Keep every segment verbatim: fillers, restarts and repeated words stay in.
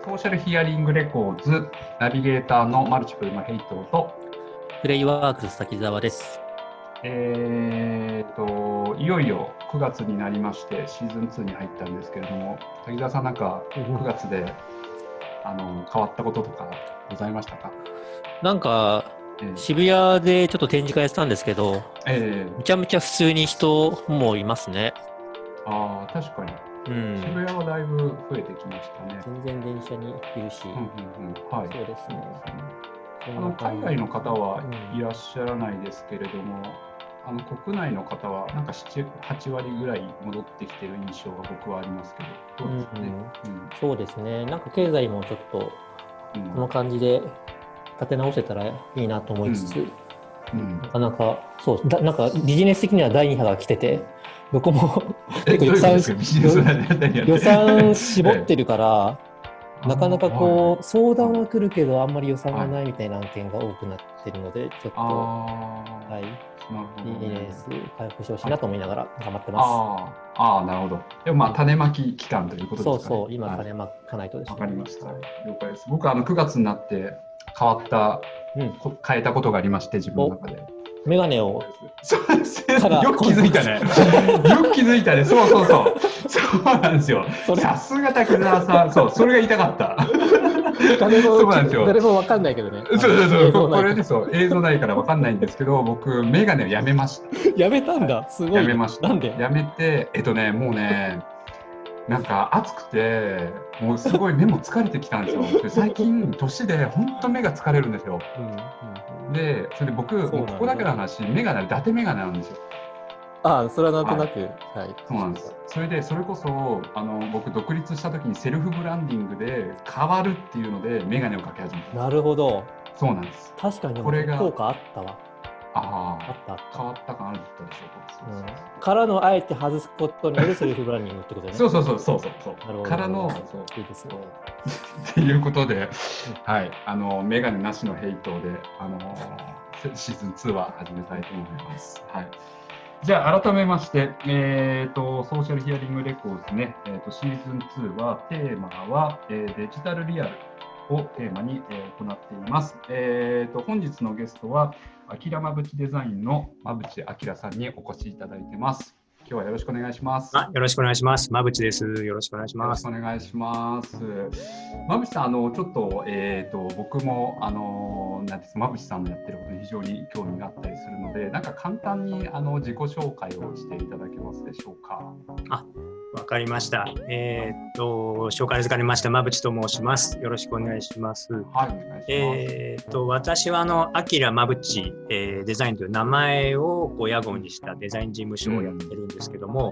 ソーシャルヒアリングレコーズナビゲーターのマルチプルのヘイトとプレイワークス滝沢です。 えーといよいよくがつになりましてシーズンツーに入ったんですけれども、滝沢さんなんかくがつで、うん、あの変わったこととかございましたか？ なんか、えー、渋谷でちょっと展示会やってたんですけど、えー、めちゃめちゃ普通に人もいますね。 ああ、確かに、うん、渋谷はだいぶ増えてきましたね。 全然電車にいるし、うんうんうん、はい、そうですね。 あの海外の方はいらっしゃらないですけれども、うん、あの国内の方はなんかなな、はちわりぐらい戻ってきてる印象が僕はありますけど、どうですかね。 うんうん、そうですね。なんか経済もちょっとこの感じで立て直せたらいいなと思いつつ、うんうん、なかなかそうだ、なんかビジネス的にはだいに波が来てて、どこも結構予算予算絞ってるから。なかなかこう相談は来るけどあんまり予算がないみたいな案件が多くなってるので、ちょっとはいビジネス回復してほしいなと思いながら頑張ってます。 ああ、なるほど。でもまあ種まき期間ということですかね。 そうそう、今種まかないとですね。 わかりました。了解です。僕はあのくがつになって変わった、うん、変えたことがありまして、自分の中で。 メガネをそうですよく気づいたね。よく気づいたね。そうそうそう。そうなんですよ。さすが滝沢さん。そう、それが言いたかった。 誰もそうなんですよ。誰もわかんないけどね。 そうそうそう。これでそう映像ないからわかんないんですけど、僕メガネをやめました。 やめたんだ。すごい。 やめました。 なんで？ やめて、えっとね、もうね。なんか暑くてもうすごい目も疲れてきたんですよ。で最近年で本当目が疲れるんですよ。うんうん、でそれで僕もうここだけの話、メガネ伊達メガネなんですよ。 ああ、それはなんとなく、はい、 はい、そうなんです。それでそれこそあの僕独立した時にセルフブランディングで変わるっていうのでメガネをかけ始めた。 なるほど。 そうなんです。 確かにこれが効果あったわ。 ああ、あったあった。変わった感あるったでしょうか。 うん、からのあえて外すことによるセルフブランディングってことね。 そうそうそうそうそうそう。なるほど。からのそういいですね。っていうことで、はい、あのメガネなしのヘイトであのシーズンツーは始めたいと思います。はい。じゃあ改めまして、えーと、ソーシャルヒアリングレコーズね、えーと、シーズンツーはテーマは、えー、デジタルリアルをテーマに、えー、行っています。えーと、本日のゲストはアキラまぶちデザインの馬淵明さんにお越しいただいてます。今日はよろしくお願いします。 あ、よろしくお願いします。馬淵です。よろしくお願いします。 よろしくお願いします。馬淵さん、あのちょっと、えーと、僕もあのなんです馬淵さんのやってることに非常に興味があったりするので、なんか簡単にあの自己紹介をしていただけますでしょうか。 あ、わかりました。えー、っと紹介預かりました馬淵と申します。よろしくお願いします。はい、お願いします。えー、っと私はあのアキラ馬淵、えー、デザインという名前をこう屋号にしたデザイン事務所をやってるんですけども、うん、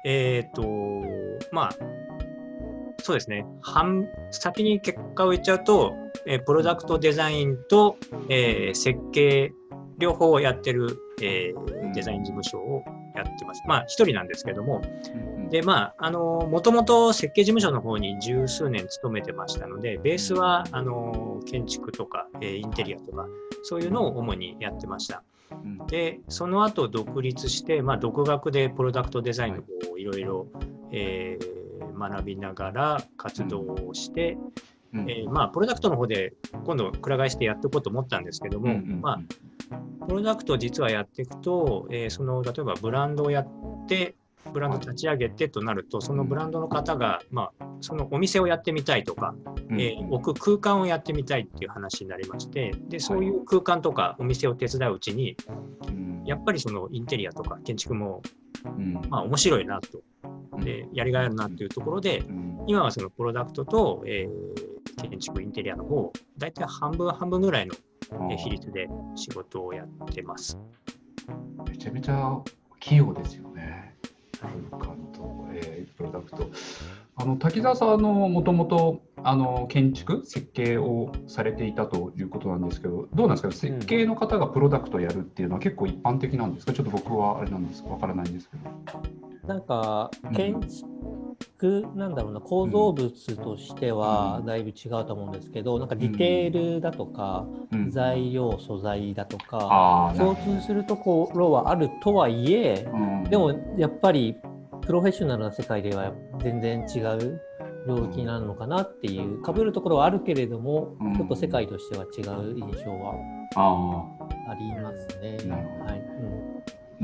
えー、っとまあそうですね。半先に結果を言っちゃうと、えー、プロダクトデザインと、えー、設計両方をやってる、えー、デザイン事務所をやってます。まあ一人なんですけども、でまああのもともと設計事務所の方に十数年勤めてましたので、ベースはあの建築とか、えー、インテリアとかそういうのを主にやってました。でその後独立して、まあ、独学でプロダクトデザインの方をいろいろ学びながら活動をして、うんえーまあ、プロダクトの方で今度くら替えしてやっていこうと思ったんですけども、うんうんうんまあ、プロダクトを実はやっていくと、えー、その例えばブランドをやってブランド立ち上げてとなると、そのブランドの方が、まあ、そのお店をやってみたいとか、うんえー、置く空間をやってみたいっていう話になりまして、でそういう空間とかお店を手伝ううちに、やっぱりそのインテリアとか建築も、うんまあ、面白いなと。でやりがいあるなっていうところで、うん、今はそのプロダクトと、えー、建築インテリアの方だいたい半分半分ぐらいの比率で仕事をやってます。 めちゃめちゃ器用ですよね。空間と、えー、プロダクト。あの滝沢さんのもともとあの建築設計をされていたということなんですけど、どうなんですか、設計の方がプロダクトをやるっていうのは結構一般的なんですか？ちょっと僕はあれなんですかわからないんですけど。 なんか建築なんだろうな、構造物としてはだいぶ違うと思うんですけど、なんかディテールだとか材料素材だとか共通するところはあるとはいえ、でもやっぱりプロフェッショナルな世界では全然違う領域なのかなっていう被るところはあるけれども、うん、ちょっと世界としては違う印象はありますね。 なるほど、 はい、うん、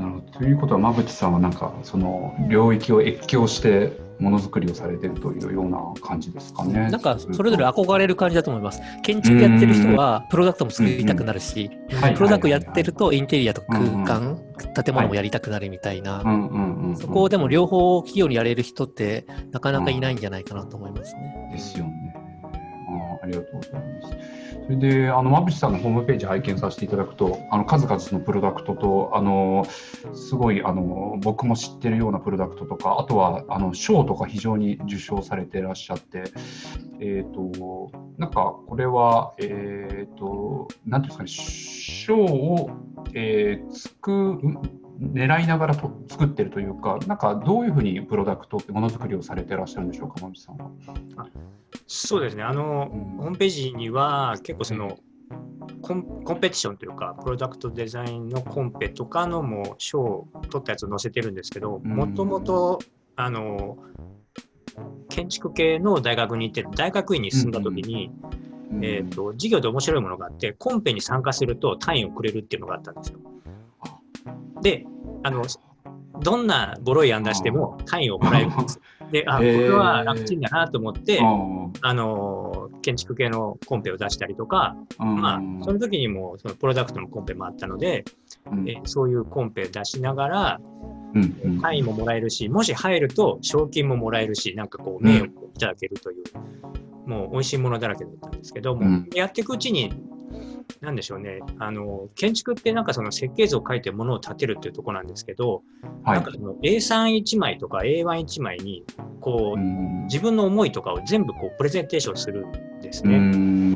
なるほど。ということは馬淵さんはなんかその領域を越境してものづくりをされているというような感じですかね。 なんかそれぞれ憧れる感じだと思います。建築やってる人はプロダクトも作りたくなるし、プロダクトやってるとインテリアとか空間、うんうん、建物もやりたくなるみたいな、そこをでも両方企業にやれる人ってなかなかいないんじゃないかなと思いますね。 ですよね。あ、ありがとうございます。それであの馬淵さんのホームページ拝見させていただくと、あの数々のプロダクトとあのすごいあの僕も知ってるようなプロダクトとか、あとはあの賞とか非常に受賞されていらっしゃって、えーとなんかこれはえーとなんていうんですかね、賞を、えー、つく狙いながらと作ってるというか、なんかどういうふうにプロダクトってものづくりをされていらっしゃるんでしょうか、馬淵さんは。 あ、そうですね、あの、うん、ホームページには結構そのコン、コンペティションというかプロダクトデザインのコンペとかのも賞を取ったやつを載せてるんですけど、もともとあの建築系の大学に行って大学院に進んだ時に、うん、えーと、授業で面白いものがあって、コンペに参加すると単位をくれるっていうのがあったんですよ。で、あのどんなボロい案出しても単位をもらえるんです。で、あ、これは楽ちんだなと思って、あの建築系のコンペを出したりとか、まあ、その時にもそのプロダクトのコンペもあったので、うん、えそういうコンペ出しながら、うんうん、単位ももらえるし、もし入ると賞金ももらえるし、なんかこう名誉をいただけるという、うん、もう美味しいものだらけだったんですけども、うん、やっていくうちになんでしょうね、あの建築ってなんかその設計図を書いて物を建てるっていうところなんですけど、はい、なんかその エースリーいち 枚とか エーワンいち 枚にこう、うん、自分の思いとかを全部こうプレゼンテーションするんですね。うん、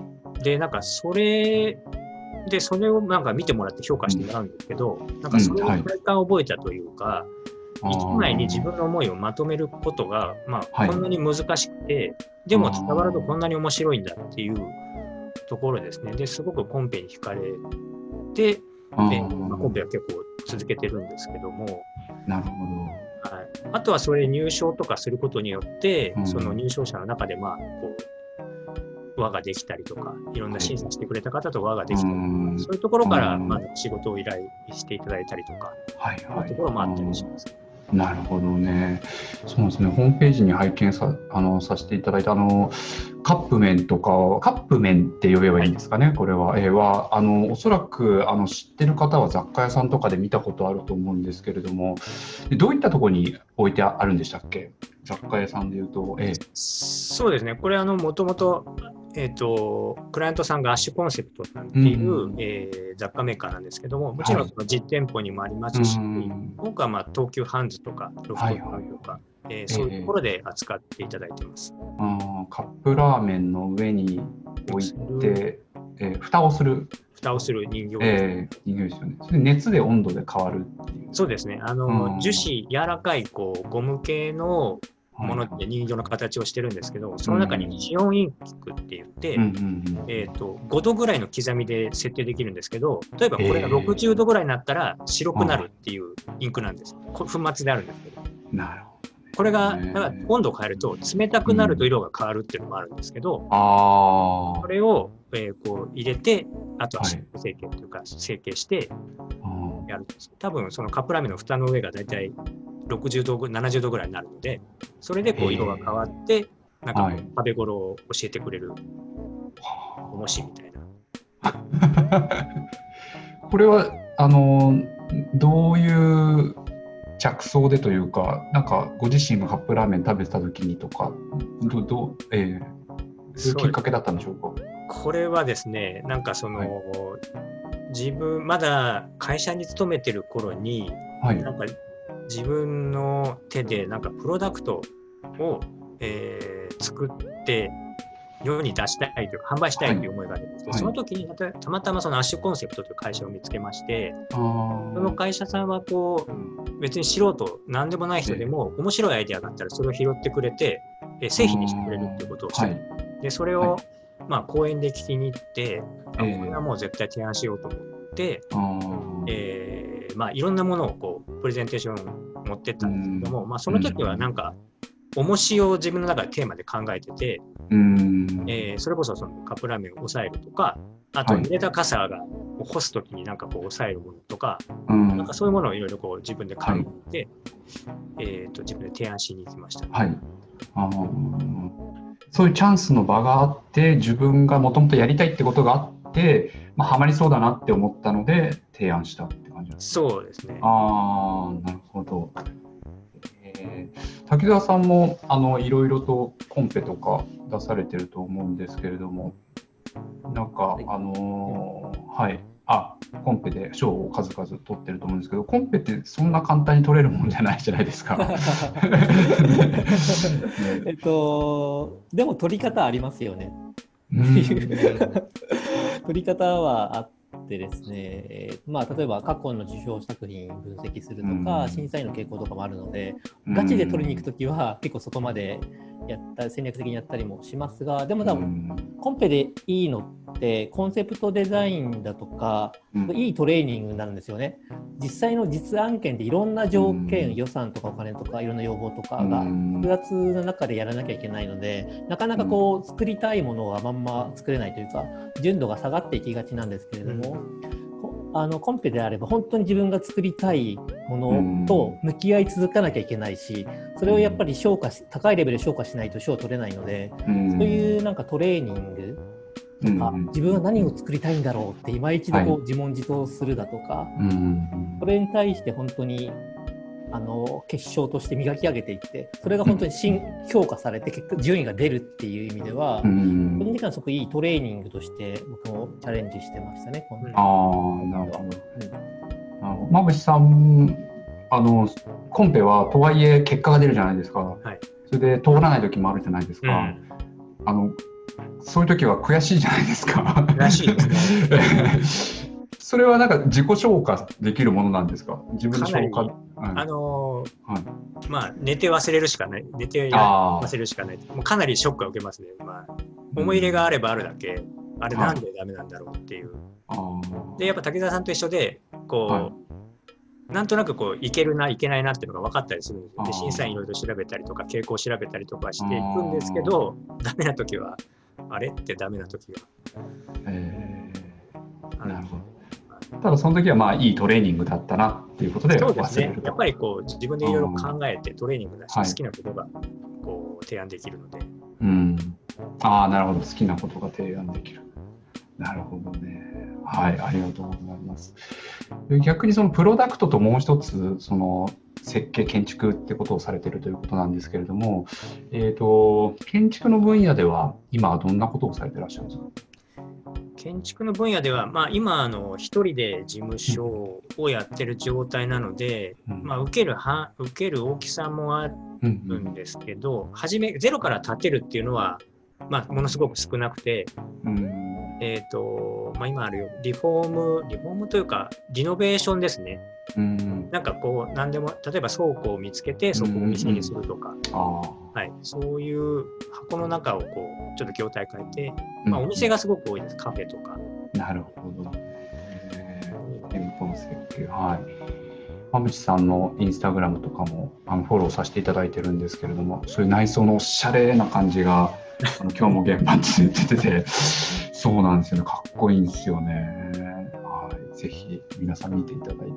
で、なんかそれでそれをなんか見てもらって評価してもらうんですけど、うん、なんかそれを体感を覚えたというか、うん、はい、いちまいに自分の思いをまとめることが、まあ、こんなに難しくて、はい、でも伝わるとこんなに面白いんだっていうところですね。ですごくコンペに惹かれて、あ、で、まあ、コンペは結構続けてるんですけども。 なるほど。はい、あとはそれ入賞とかすることによって、うん、その入賞者の中でまあこう輪ができたりとか、いろんな審査してくれた方と輪ができたりとか、はい、そういうところからまず仕事を依頼していただいたりとか、はいはい、そういうところもあったりします。 なるほどね。そうですね。ホームページに拝見さ、あのさせていただいたあのカップ麺とか、カップ麺って呼べばいいんですかね。はい、これは、えー、はあのおそらくあの知ってる方は雑貨屋さんとかで見たことあると思うんですけれども、どういったところに置いてあるんでしたっけ？雑貨屋さんでいうと、えー、 そうですね。これあのもともとえーと、クライアントさんがアッシュコンセプトさんっていう、うん、えー、雑貨メーカーなんですけども、もちろんその実店舗にもありますし、はい、僕はまあ東急ハンズとかロフトハンズとか、はいはい、えー、そういうところで扱っていただいてます。 えー、あカップラーメンの上に置いて、えー、蓋をする蓋をする人形です、 ね。えー、人形ですよね。それ熱で温度で変わるっていう。 そうですね。あの樹脂、柔らかいこうゴム系のものって人形の形をしてるんですけど、その中にシオンインクって言って、うんうんうん、えーと、ごどぐらいの刻みで設定できるんですけど、例えばこれがろくじゅうどぐらいになったら白くなるっていうインクなんです。粉末であるんですけど。 なるほど。 これがだから温度を変えると冷たくなると色が変わるっていうのもあるんですけど、うん、これを、えー、こう入れて、あとは成形というか成形してやるんです。多分そのカップラーメンの蓋の上がだいたいろくじゅうど、ななじゅうどぐらいになるので、それでこう色が変わって、なんか食べ頃を教えてくれる重しみたいな。 これはあのどういう着想でというか、なんかご自身がカップラーメン食べてた時にとか、どどう、えー、そういうきっかけだったんでしょうか？ これはですね、なんかその、はい、自分まだ会社に勤めてる頃に、はい、なんか自分の手でなんかプロダクトを、えー、作って世に出したいというか販売したいという思いがあるんですけど、はい、その時にたまたまそのアッシュコンセプトという会社を見つけまして、その会社さんはこう別に素人何でもない人でも面白いアイデアがあったらそれを拾ってくれて、えー、製品にしてくれるっていうことをして、はい、でそれを、はい、まあ、講演で聞きに行って、えー、これはもう絶対提案しようと思って、えーまあ、いろんなものをこうプレゼンテーション持ってったんですけども、うん、まあ、その時はなんか、 重しを自分の中でテーマで考えてて、 うんえー、それこそそのカップラーメンを抑えるとか、あと濡れた傘が干すときになんかこう抑えるものとか、はい、なんかそういうものをいろいろこう自分で考えて、はい、えー、と自分で提案しに行きました、ね。 はい。あそういうチャンスの場があって、自分がもともとやりたいってことがあって、まあ、ハマりそうだなって思ったので提案したって感じですか。そうですね。 ああ、なるほど。えー、滝沢さんもあのいろいろとコンペとか出されてると思うんですけれども、なんか、はい、あのー、はい、あ、コンペで賞を数々取ってると思うんですけど、コンペってそんな簡単に取れるもんじゃないじゃないですか。 えっと、でも取り方ありますよね。取り方はあってですね、まあ、例えば過去の受賞作品分析するとか、審査員の傾向とかもあるので、ガチで取りに行くときは結構そこまでやった戦略的にやったりもしますが、でも多分コンペでいいのってコンセプトデザインだとか、いいトレーニングになるんですよね。実際の実案件でいろんな条件、予算とかお金とかいろんな要望とかが複雑な中でやらなきゃいけないので、なかなかこう作りたいものはまんま作れないというか、純度が下がっていきがちなんですけれども、あのコンペであれば本当に自分が作りたいものと向き合い続かなきゃいけないし、それをやっぱり評価し高いレベルで評価しないと賞を取れないので、そういうなんかトレーニングとか、自分は何を作りたいんだろうって今一度こう自問自答するだとか、それに対して本当にあの結晶として磨き上げていって、それが本当に新評価されて結果順位が出るっていう意味では、個人的にはすごくいいトレーニングとして僕もチャレンジしてましたね。 ああ、なるほど。馬淵さん、あのコンペはとはいえ結果が出るじゃないですか。はい、それで通らない時もあるじゃないですか。うん、あのそういう時は悔しいじゃないですか。 悔しいですね。 それはなんか自己消化できるものなんですか？自分で消化。 はい、あのーはい、まあ寝て忘れるしかない。寝て忘れるしかない。もうかなりショックが受けますね。まあ、思い入れがあればあるだけ、うん、あれなんでダメなんだろうっていう。はい、でやっぱ滝沢さんと一緒でこう、はい、なんとなくこういけるないけないなっていうのが分かったりするんですよ。で審査員いろいろ調べたりとか傾向を調べたりとかしていくんですけど、ダメな時はあれってダメな時は。 えー、なるほど。ただその時はまあいいトレーニングだったなっていうことで忘れると。 そうですね。やっぱりこう自分でいろいろ考えてトレーニングだし、はい、好きなことがこう提案できるので。 うん。ああ、なるほど。好きなことが提案できる。なるほどね。はい、ありがとうございます。逆にそのプロダクトともう一つその設計建築ってことをされているということなんですけれども、えーと、建築の分野では今はどんなことをされていらっしゃるんですか？ 建築の分野では、まあ、今あの一人で事務所をやってる状態なので、うんまあ、受けるは受ける大きさもあるんですけど、うん、初めゼロから建てるっていうのは、まあ、ものすごく少なくて、うんえーとまあ、今あるよリフォームリフォームというかリノベーションですね。うん、なんかこう何でも例えば倉庫を見つけてそこをお店にするとか、うんうんはい、そういう箱の中をこうちょっと業態変えて、まあ、お店がすごく多いです。カフェとか。 なるほど。えー、店舗の設計、はい。馬淵さんのインスタグラムとかもあのフォローさせていただいてるんですけれども、そういう内装のおしゃれな感じがあの今日も現場って出ててそうなんですよね。かっこいいんですよね。はい、ぜひ皆さん見ていただいて、はい、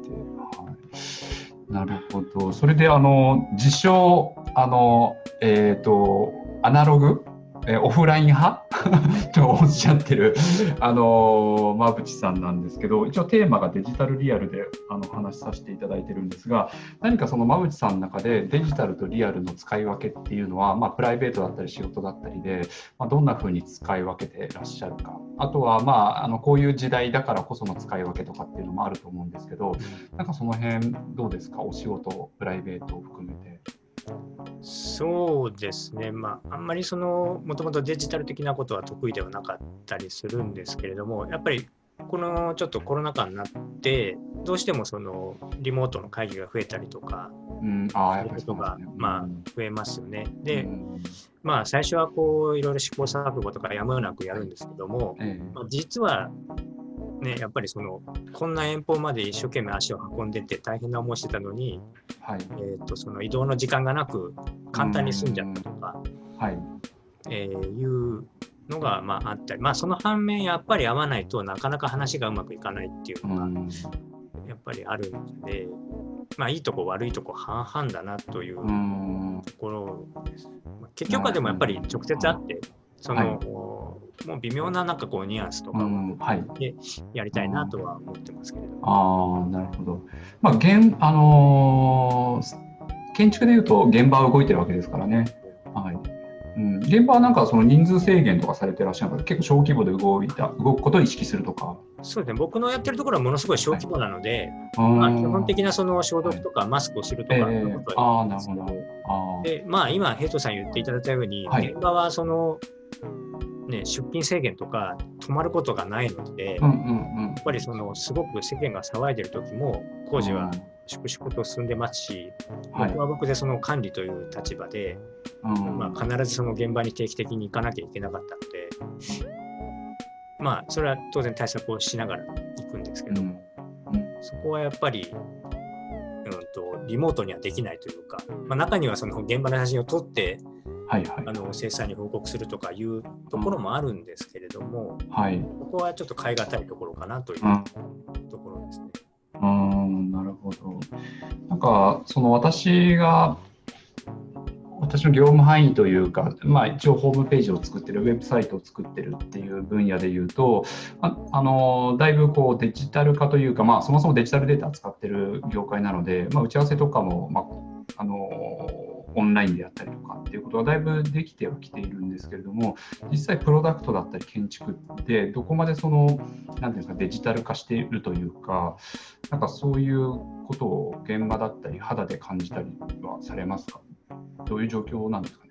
なるほど。それであの自称あのえっとアナログえオフライン派とおっしゃってるあの馬淵さんなんですけど、一応テーマがデジタルリアルであの話させていただいてるんですが、何かその馬淵さんの中でデジタルとリアルの使い分けっていうのは、まあ、プライベートだったり仕事だったりで、まあ、どんな風に使い分けてらっしゃるか、あとは、まあ、あのこういう時代だからこその使い分けとかっていうのもあると思うんですけど、なんかその辺どうですか？お仕事プライベートを含めて。 そうですね、まあ、あんまりそのもともとデジタル的なことは得意ではなかったりするんですけれども、やっぱりこのちょっとコロナ禍になってどうしてもそのリモートの会議が増えたりとか、うん、あそういうことがまあ増えますよね。で、うん、まあ最初はこういろいろ試行錯誤とかやむなくやるんですけども、うんまあ、実はね、やっぱりそのこんな遠方まで一生懸命足を運んでて大変な思いしてたのに、はい、えー、とその移動の時間がなく簡単に済んじゃったとか、はい、えー、いうのがまああったり、まあ、その反面やっぱり合わないとなかなか話がうまくいかないっていうのがやっぱりあるので、まあ、いいとこ悪いとこ半々だなというところです。結局はでもやっぱり直接会ってその、はい、もう微妙ななんかこうニュアンスとかをでやりたいなとは思ってますけれども。ああ、なるほど。まあ現あのー、建築でいうと現場は動いてるわけですからね。はい。うん、現場はなんかその人数制限とかされてらっしゃるので、結構小規模で動いた動くことを意識するとか。 そうですね。僕のやってるところはものすごい小規模なので、はい、まあ、基本的なその消毒とかマスクをするとか、はい、そういうことはやってますけど、あで、まあ今ヘイトさん言っていただいたように、はい、現場はそのね、出勤制限とか止まることがないので、うんうんうん、やっぱりそのすごく世間が騒いでる時も工事は粛々と進んでますし、はい、僕は僕でその管理という立場で、うんまあ、必ずその現場に定期的に行かなきゃいけなかったので、まあそれは当然対策をしながら行くんですけども、うんうん、そこはやっぱり、うん、とリモートにはできないというか、まあ、中にはその現場の写真を撮ってはいはい、あの生産に報告するとかいうところもあるんですけれども、うんはい、ここはちょっと変え難いところかなというところですね。 うん、うんなるほど。なんかその私が私の業務範囲というか、まあ、一応ホームページを作ってる、ウェブサイトを作ってるっていう分野でいうと、あ, あのだいぶこうデジタル化というか、まあ、そもそもデジタルデータを使ってる業界なので、まあ、打ち合わせとかも、まあ、あのオンラインであったりとかっていうことがだいぶできてはきているんですけれども、実際プロダクトだったり建築ってどこまでそのなんていうんですかデジタル化しているというか、なんかそういうことを現場だったり肌で感じたりはされますか？どういう状況なんですかね。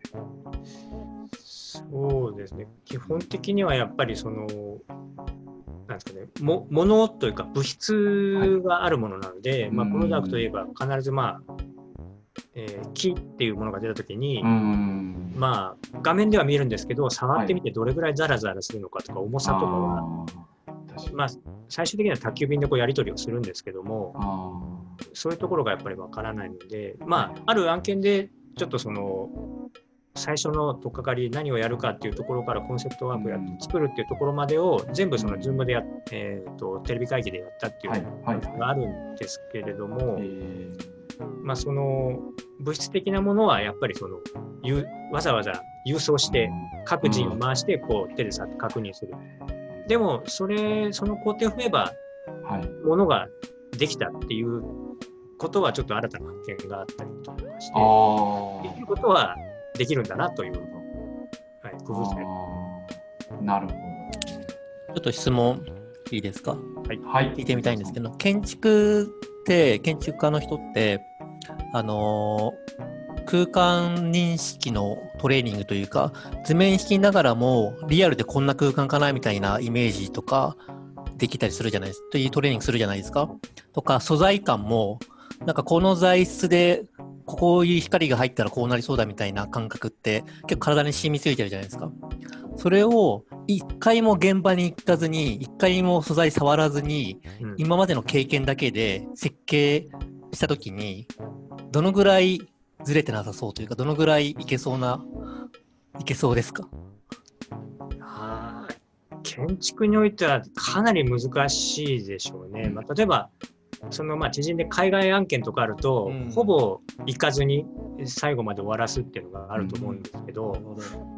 そうですね。基本的にはやっぱりそのなんですかね、も物というか物質があるものなので、はいまあ、プロダクトといえば必ずまあえー、木っていうものが出たときに、うんまあ、画面では見えるんですけど、触ってみてどれぐらいザラザラするのかとか、重さとかは、まあ、最終的には宅急便でこうやり取りをするんですけども、そういうところがやっぱりわからないので、まあ、ある案件でちょっとその最初の取っかかり、何をやるかっていうところからコンセプトワークをやって作るっていうところまでを全部その Zoom でやっ、えーと、テレビ会議でやったっていうのがあるんですけれども、まあ、その物質的なものはやっぱりそのわざわざ郵送して各人を回してこう手でさって確認する。でもそれその工程を踏めばものができたっていうことはちょっと新たな発見があったりとかして、っていうことはできるんだなという、はい、工夫されて。 なるほど。 ちょっと質問いいですか？はい。聞いてみたいんですけど、建築って建築家の人ってあのー、空間認識のトレーニングというか図面引きながらもリアルでこんな空間かなみたいなイメージとかできたりするじゃないですかというトレーニングするじゃないですか。とか素材感もなんかこの材質でこういう光が入ったらこうなりそうだみたいな感覚って結構体に染みついてるじゃないですか。それを一回も現場に行かずに一回も素材触らずに、うん、今までの経験だけで設計したときにどのぐらいずれてなさそうというかどのぐらいいけそうないけそうですか？ あ建築においてはかなり難しいでしょうね。まあ、例えばそのまあ知人で海外案件とかあると、うん、ほぼ行かずに最後まで終わらすっていうのがあると思うんですけど、うん、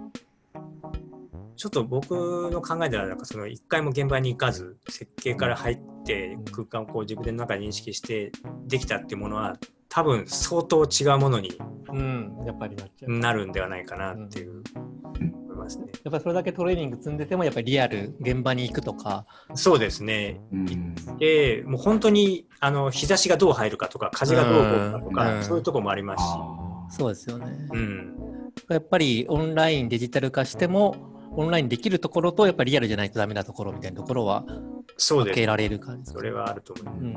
ちょっと僕の考えではなんかその一回も現場に行かず設計から入って空間をこう自分の中で認識してできたっていうものは多分相当違うものにやっぱりなっちゃうなるんではないかなっていう、うん、思いますね。 やっぱりそれだけトレーニング積んでてもやっぱりリアル現場に行くとか。 そうですね。行ってもう本当にあの日差しがどう入るかとか風がどう動くかとか、うん、そういうところもありますし。 そうですよね。うん、やっぱりオンラインデジタル化してもオンラインできるところとやっぱりリアルじゃないとダメなところみたいなところは分けられる感じですか？ それはあると思います。うん、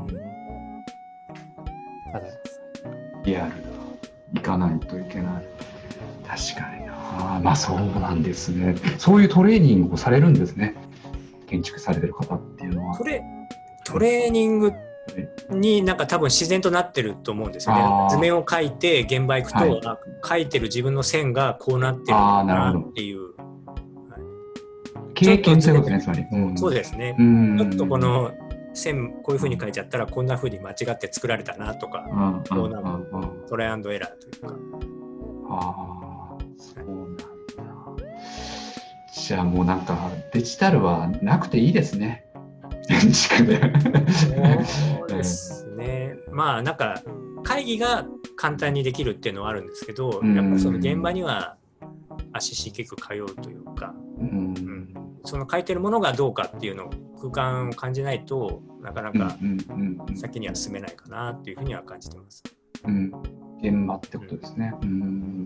リアル行かないといけない。確かにな。まあそうなんですね。そういうトレーニングをされるんですね。建築されてる方っていうのは。 トレトレーニングになんか多分自然となってると思うんですよね。図面を描いて現場行くと、はい、描いてる自分の線がこうなってるなっていう、はい、 経験ということですね、つまり、 うん、そうですね。ちょっとこの線こういう風に描いちゃったらこんな風に間違って作られたなとか、うん、こうなんかトライアンドエラーというか。 ああ、そうなんだ。じゃあもうなんかデジタルはなくていいですね。 そうですね。まあなんか会議が簡単にできるっていうのはあるんですけど、やっぱりその現場には足しげく通うというか、うんうん、その書いてるものがどうかっていうのを空間を感じないとなかなか先には進めないかなっていうふうには感じてます。 うん、現場ってことですね。うん、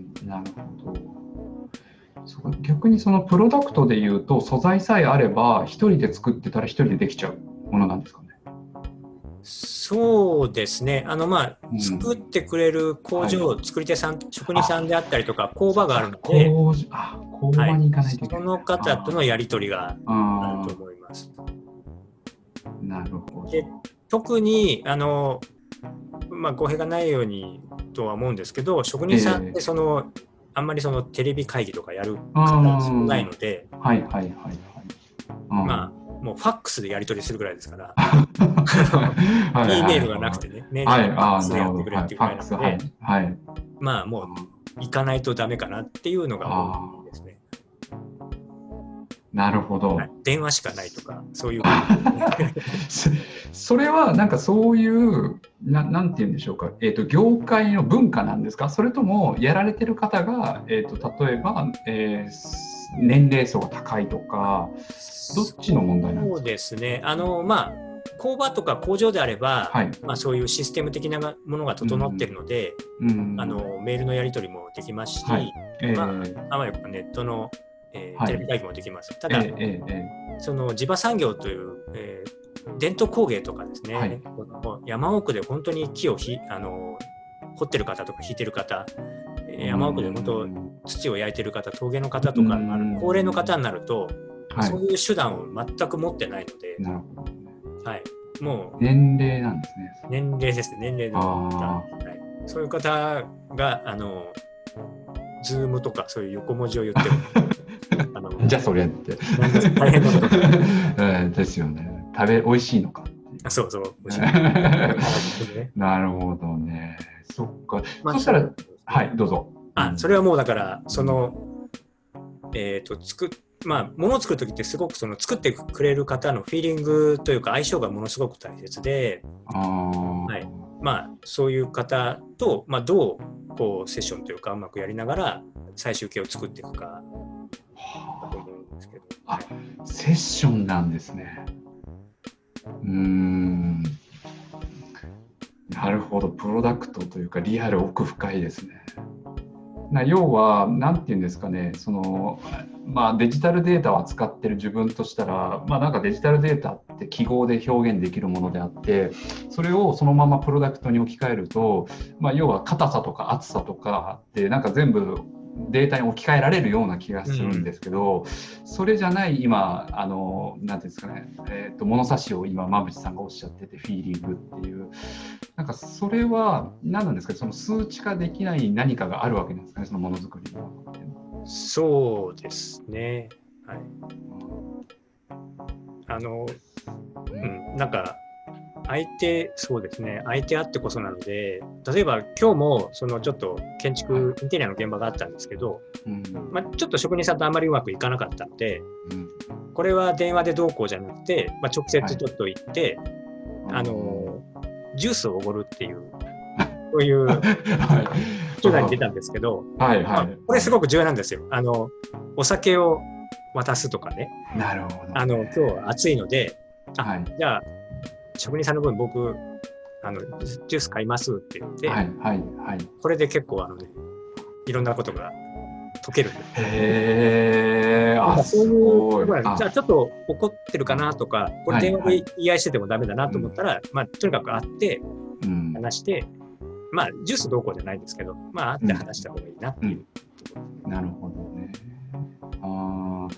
なるほど。そう、逆にそのプロダクトでいうと素材さえあれば一人で作ってたら一人でできちゃうものなんですかね。 そうですね。あのまあ、うん、作ってくれる工場、はい、作り手さん、職人さんであったりとか工場があるので、 あ、工場に行かないといけない、 はい、その方とのやり取りがあると思います。 なるほど。 で、特にあのまあ語弊がないようにとは思うんですけど、職人さんってその、えーあんまりそのテレビ会議とかやる方少ないので、 はいはいはいはい。 まあもうファックスでやり取りするぐらいですから、E メールがなくてね、メールでファックスでやってくれっていうぐらいなので、まあもう行かないとダメかなっていうのが多いですね。 なるほど。 電話しかないとかそういうそれはなんかそういうななんて言うんでしょうか、えーと、業界の文化なんですか、それともやられてる方が、えーと、例えば、えー、年齢層が高いとかどっちの問題なんですか。 そうですね、あのまあ工場とか工場であれば、はい、まあ、そういうシステム的なものが整っているので、うん、あのメールのやり取りもできますし、はいえーまあ、あまりネットのえーはい、テレビ会議もできます。ただ、えーえー、その地場産業という、えー、伝統工芸とかですね、はい、山奥で本当に木をひあの掘ってる方とか引いてる方、山奥で本当土を焼いてる方、陶芸の方とか、高齢の方になると、はい、そういう手段を全く持ってないので、なるほど、はい、もう年齢なんですね。 年齢ですね、年齢の方、はい、そういう方があのズームとかそういう横文字を言ってるあのじゃあそれって大変なことですよね。食べ美味しいのかっていう。 あ、そうそう美味しいなるほどね。そっか、まあ、そしたらはいどうぞ。 あ、それはもうだからそのえっ、ー、と作まあ物を作るときってすごくその作ってくれる方のフィーリングというか相性がものすごく大切で、あ、はい、まあそういう方とまあどうこうセッションというかうまくやりながら最終形を作っていくか。 あ、セッションなんですね。うーん、なるほど。プロダクトというかリアル奥深いですね。な要は何て言うんですかね、そのまあデジタルデータを扱ってる自分としたら、まあなんかデジタルデータって記号で表現できるものであって、それをそのままプロダクトに置き換えると、まあ要は硬さとか厚さとかってなんか全部データに置き換えられるような気がするんですけど、うん、それじゃない今あのなんていうんですかね、えーと、物差しを今馬淵さんがおっしゃっててフィーリングっていう、なんかそれは何なんですか、その数値化できない何かがあるわけなんですかね、そのものづくりの。 そうですね、はい、あの、うん、なんか相手、そうですね、相手あってこそなので、例えば今日もそのちょっと建築インテリアの現場があったんですけど、うんまあ、ちょっと職人さんとあまりうまくいかなかったので、うん、これは電話でどうこうじゃなくて、まあ、直接ちょっと行って、はい、あのジュースをおごるっていうそういう手段に出たんですけど、はいはいまあ、これすごく重要なんですよ。あのお酒を渡すとかね。 なるほど、ね、 あの今日は暑いので、あ、はい、じゃあ職人さんの分僕あのジュース買いますって言って、はいはいはい、これで結構あの、ね、いろんなことが解けるんです。 へー、あ、 そういうじゃあちょっと怒ってるかなとか、これ電話で言い合いしててもダメだなと思ったら、はいはい、まあ、とにかく会って話して、うん、まあジュースどうこうじゃないですけど、まあ会って話した方がいいなっていう、 うんうん、なるほどね。あ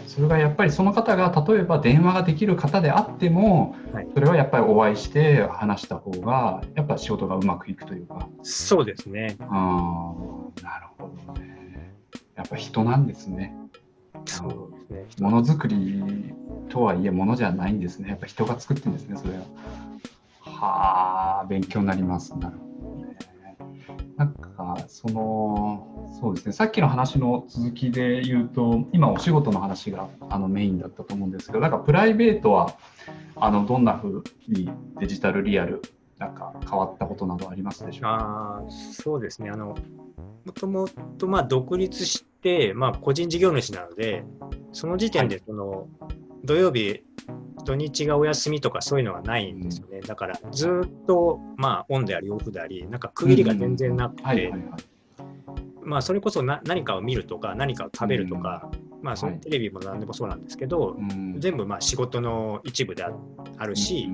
それがやっぱりその方が例えば電話ができる方であっても、はい、それはやっぱりお会いして話した方がやっぱ仕事がうまくいくというか。 そうですね。 あ、なるほどね。やっぱ人なんですね。 そうですね。 ものづくりとはいえものじゃないんですね。やっぱ人が作ってるんですね、それは。はあ、勉強になります。なるほどね。なんかそのそうですね、さっきの話の続きで言うと、今お仕事の話があのメインだったと思うんですけど、なんかプライベートはあのどんな風にデジタルリアルなんか変わったことなどありますでしょうか。 あ、そうですね。あのもともとまあ独立して、まあ、個人事業主なので、その時点でその、はい、土曜日土日がお休みとかそういうのはないんですよね。だからずっとまあオンでありオフであり、なんか区切りが全然なくて、まあそれこそな何かを見るとか何かを食べるとか、うん、まあそのテレビも何でもそうなんですけど、うん、全部まあ仕事の一部で あ, あるし、うん、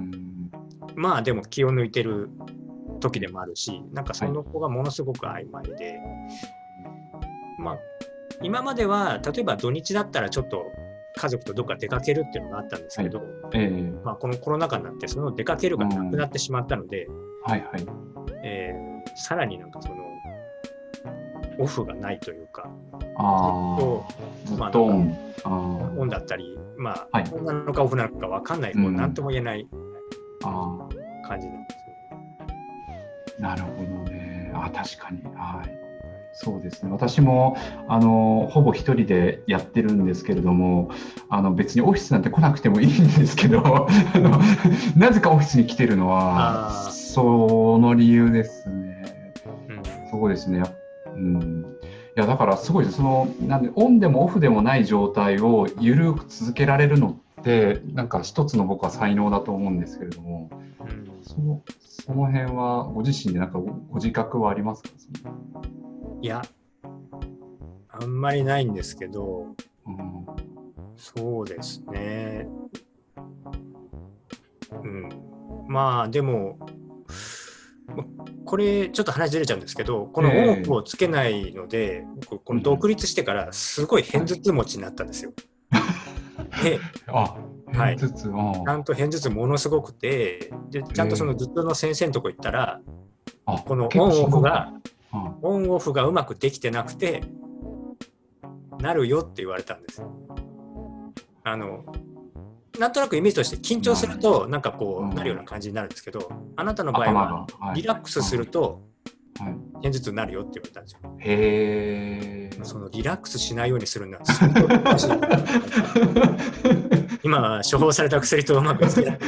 まあでも気を抜いてる時でもあるし、なんかその子がものすごく曖昧で、はい、まあ今までは例えば土日だったらちょっと家族とどっか出かけるっていうのがあったんですけど、はい、えーまあ、このコロナ禍になってその出かけるがなくなってしまったので、うん、はいはい、えー、さらになんかそのオフがないというか、 あずっと、まあ、オン、オンだったり、まあ、はい、オンなのかオフなのか分かんない、もう何とも言えない感じなんですね。なるほどね。あ、確かに。はい。そうですね。私もあのほぼ一人でやってるんですけれども、あの別にオフィスなんて来なくてもいいんですけど、あのなぜかオフィスに来てるのはその理由ですね。うん、そうですね。うん、いやだからすごいです。そのなんでオンでもオフでもない状態を緩く続けられるのってなんか一つの僕は才能だと思うんですけれども、うん、そのその辺はご自身でなんかご自覚はありますか？ いや、あんまりないんですけど、うん、そうですね。うん、まあでもこれちょっと話ずれちゃうんですけど、このオンオフをつけないので、えー、僕この独立してからすごい片頭痛持ちになったんですよ。うん、で、 あ、片頭痛、 はい、ちゃんと片頭痛ものすごくて、でちゃんとその頭痛の先生のとこ行ったら、えー、このオンオフがオンオフがうまくできてなくてなるよって言われたんですよ。あのなんとなくイメージとして緊張するとなんかこうなるような感じになるんですけど、あなたの場合はリラックスすると片頭痛になるよって言われたんですよ。 へー。 そのリラックスしないようにするのはすごい難しい。今処方された薬とうまくつけられない。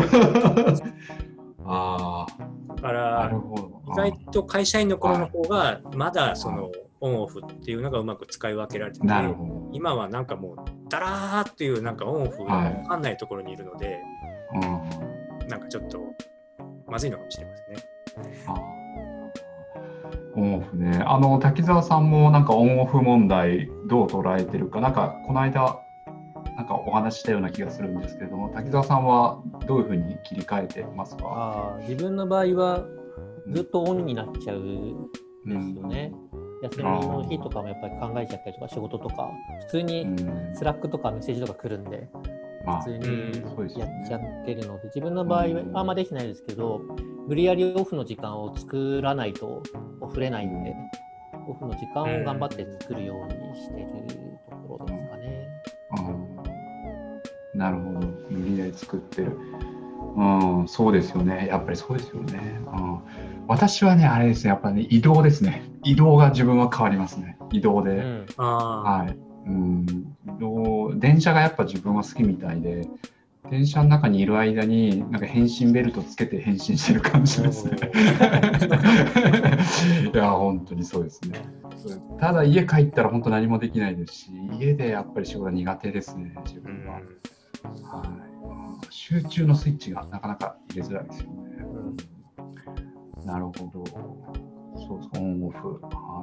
あだから意外と会社員の頃の方がまだそのオンオフっていうのがうまく使い分けられてて、今はなんかもうダラーっていうなんかオンオフが分かんないところにいるので、はい、なんかちょっとまずいのかもしれませんね。 あ、オンオフね。あの滝沢さんもなんかオンオフ問題どう捉えてるか、なんかこの間なんかお話したような気がするんですけれども、滝沢さんはどういうふうに切り替えてますか？ あ、自分の場合はずっとオンになっちゃうんですよね。うん、休みの日とかもやっぱり考えちゃったりとか仕事とか普通にスラックとかメッセージとか来るんで普通にやっちゃってるので、自分の場合はあんまできないですけど、無理やりオフの時間を作らないとオフれないんで、オフの時間を頑張って作るようにしてるところですかね。 うん、なるほど。無理やり作ってる。うん、そうですよね。やっぱりそうですよね。うん、私はね、あれですね、やっぱり、ね、移動ですね。移動が自分は変わりますね。移動で。うん、はい。うん、移動、電車がやっぱ自分は好きみたいで、電車の中にいる間に、なんか変身ベルトつけて変身してる感じですね。いや、本当にそうですね。ただ家帰ったら本当何もできないですし、家でやっぱり仕事が苦手ですね、自分は。はい。集中のスイッチがなかなか入れづらいですよね。うん、なるほど。そうそう、オンオフ。はい。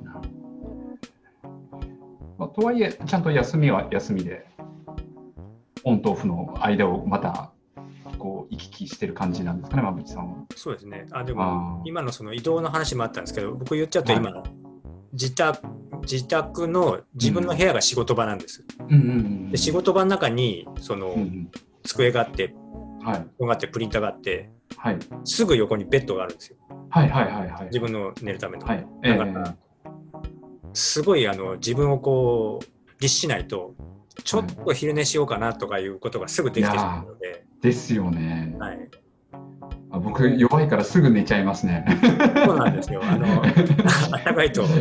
なるほど。まあ、とはいえ、ちゃんと休みは休みで、オンとオフの間をまたこう行き来してる感じなんですかね、馬淵さんは。 そうですね。あ、でも今のその移動の話もあったんですけど、僕言っちゃうと今、はい、自宅自宅の自分の部屋が仕事場なんです。 うんうんうん、 で仕事場の中にその、うん、机があって、 はい、 があってプリンターがあって、 はい、 すぐ横にベッドがあるんですよ。 はいはいはいはい、 自分の寝るための。 はい、 だから、えー、すごいあの自分をこう律しないとちょっと昼寝しようかなとかいうことがすぐできてしまうので。 ですよね。 はい。 あ、僕弱いからすぐ寝ちゃいますね。 そうなんですよ。あの暖かいと。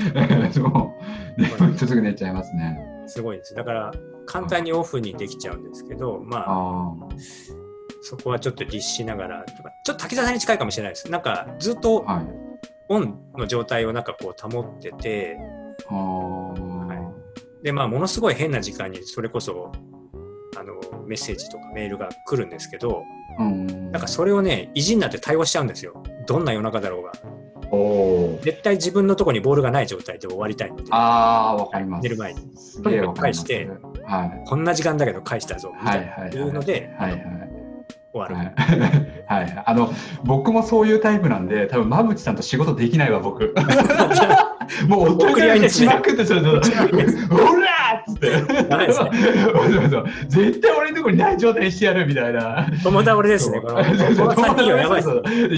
そうすぐ寝ちゃいますね。 すごいです。だから簡単にオフにできちゃうんですけど、まあ、あそこはちょっと律しながら、ちょっと滝沢さんに近いかもしれないです。なんかずっとオンの状態をなんかこう保ってて、はい、でまあものすごい変な時間にそれこそあのメッセージとかメールが来るんですけど、うん、なんかそれをね意地になって対応しちゃうんですよ。どんな夜中だろうが。お絶対自分のところにボールがない状態で終わりたいので、 あー、わかります。 寝る前にとにかく返して、はい、こんな時間だけど返したぞみたいないうので、はいはいはい、終わる。 はいはい、あの僕もそういうタイプなんで、多分馬淵さんと仕事できないわ僕。もうお互いにしまくってそれと、ほらーっつって、絶対俺のところにない状態にしてやるみたいな。 友倒れですね。このさんにんはやばいです。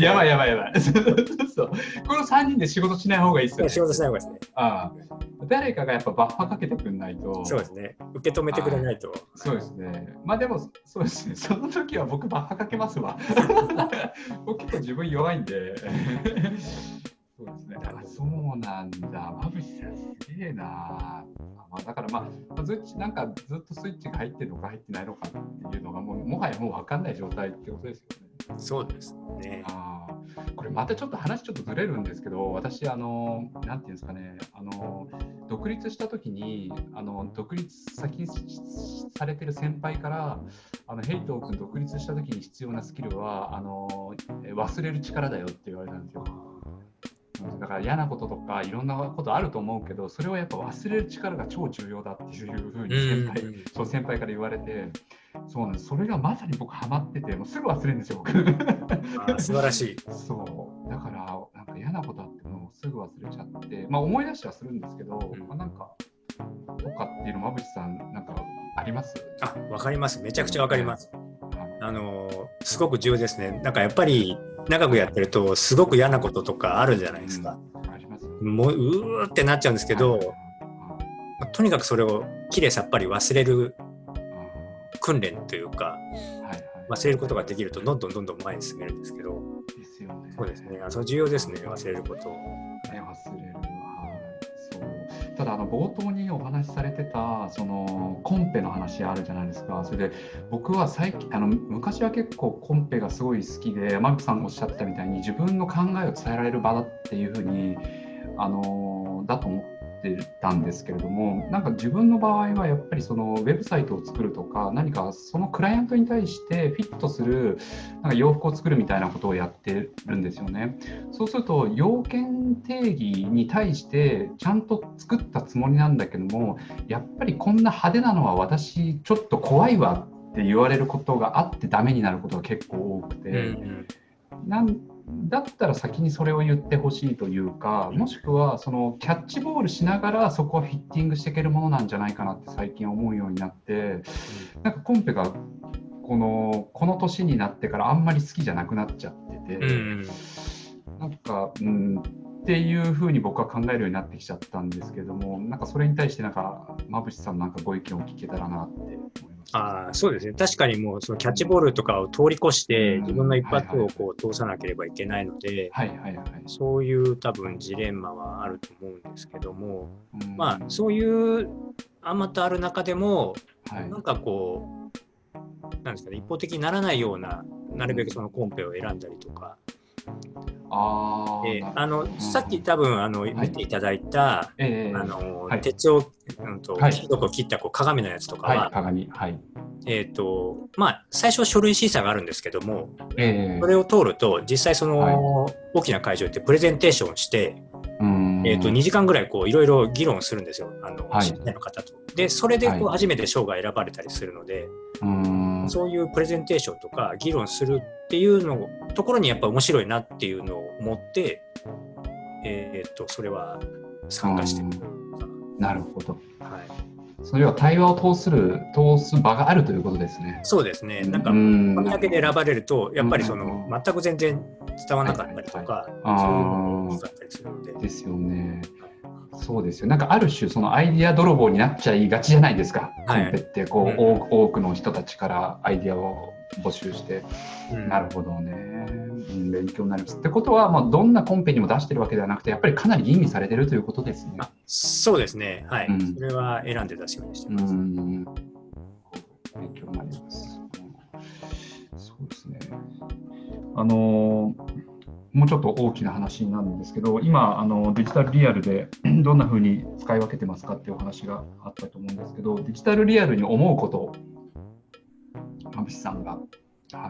やばいやばいやばい。そうこのさんにんで仕事しない方がいいですよね。 仕事しない方がいいですね。 ああ、誰かがやっぱバッファかけてくんないと。 そうですね。受け止めてくれないと。 そうですね。まあでもそうですね。その時は僕バッファかけますわ。僕結構自分弱いんで。そうですね。あ、そうなんだ。馬淵さんすげえな。まあ、だからまあずっなんかずっとスイッチが入ってるのか入ってないのかっていうのがもうもはやもう分かんない状態ってことですよね。 そうですね。 あこれまたちょっと話ちょっとずれるんですけど、私あのなんていうんですかね、あの独立した時にあの独立先されてる先輩からあのヘイトー君独立した時に必要なスキルはあの忘れる力だよって言われたんですよ。だから嫌なこととかいろんなことあると思うけど、それをやっぱ忘れる力が超重要だっていうふうに先輩、うんうん、そう先輩から言われて、そうなんです。それがまさに僕ハマってて、もうすぐ忘れるんですよ僕。 あ素晴らしい。 そうだからなんか嫌なことあってもすぐ忘れちゃって、まあ思い出しはするんですけど、うんまあ、なんかとかっていうの馬淵さんなんかあります？ あ、わかります。めちゃくちゃわかります。あのすごく重要ですね。なんかやっぱり長くやってるとすごく嫌なこととかあるじゃないですか。うん、ありますね。もううーってなっちゃうんですけど、はいはいはい、とにかくそれをきれいさっぱり忘れる訓練というか、はいはい、忘れることができるとどんどんどんどん前に進めるんですけど、 ですよね。 そうですね。それ重要ですね。忘れること。 ね、忘れる。そうただあの冒頭にお話しされてたそのコンペの話あるじゃないですか。それで僕は最近あの昔は結構コンペがすごい好きで、マルクさんがおっしゃってたみたいに自分の考えを伝えられる場だっていうふうにあのだと思ってたんですけれども、なんか自分の場合はやっぱりそのウェブサイトを作るとか何かそのクライアントに対してフィットするなんか洋服を作るみたいなことをやってるんですよね。そうすると要件定義に対してちゃんと作ったつもりなんだけども、やっぱりこんな派手なのは私ちょっと怖いわって言われることがあってダメになることが結構多くて、うんうん、なんだったら先にそれを言ってほしいというか、もしくはそのキャッチボールしながらそこはフィッティングしていけるものなんじゃないかなって最近思うようになって、なんかコンペがこの、この年になってからあんまり好きじゃなくなっちゃってて、うん、なんか、うん、っていうふうに僕は考えるようになってきちゃったんですけども、なんかそれに対してなんか馬淵さんなんかご意見を聞けたらなって思います。 ああ、そうですね。確かにもうそのキャッチボールとかを通り越して自分の一発をこう通さなければいけないので、そういう多分ジレンマはあると思うんですけども、うん、まあそういうあまたある中でも、はい、なんかこうなんですかね、一方的にならないようななるべくそのコンペを選んだりとか。あえー、あの、うん、さっき多分あの、はい、見ていただいた、えー、あの、はい、鉄を、うんと、金属を切ったこう鏡のやつとかは、はい、鏡はい、えーとまあ、最初書類審査があるんですけども、えー、それを通ると実際その、はい、大きな会場ってプレゼンテーションして、えーとにじかんぐらいこういろいろ議論するんですよ、あの、はい、審査員の方と。でそれでこう初めて賞が選ばれたりするので、はい、そういうプレゼンテーションとか議論するっていうのところにやっぱ面白いなっていうのを思って、えー、とそれは参加してる。 なるほど。 はい。 それは対話を通する通す場があるということですね。 そうですね。なんか紙だけで選ばれるとやっぱりその全く全然伝わらなかったりとか、そういうのが多かったりするので。 ですよね。そうですよ。なんかある種そのアイディア泥棒になっちゃいがちじゃないですか。コンペってこう、はい、多くの人たちからアイディアを募集して、うん、なるほどね、うん、勉強になります。ってことは、まあ、どんなコンペにも出してるわけではなくて、やっぱりかなり吟味されてるということですね。 あ、そうですね。はい、うん。それは選んで出すようにしてます。うん、勉強になります。うん、そうですね。あのーもうちょっと大きな話になるんですけど、今あのデジタルリアルでどんなふうに使い分けてますかっていうお話があったと思うんですけど、デジタルリアルに思うことを馬淵さんが、はい、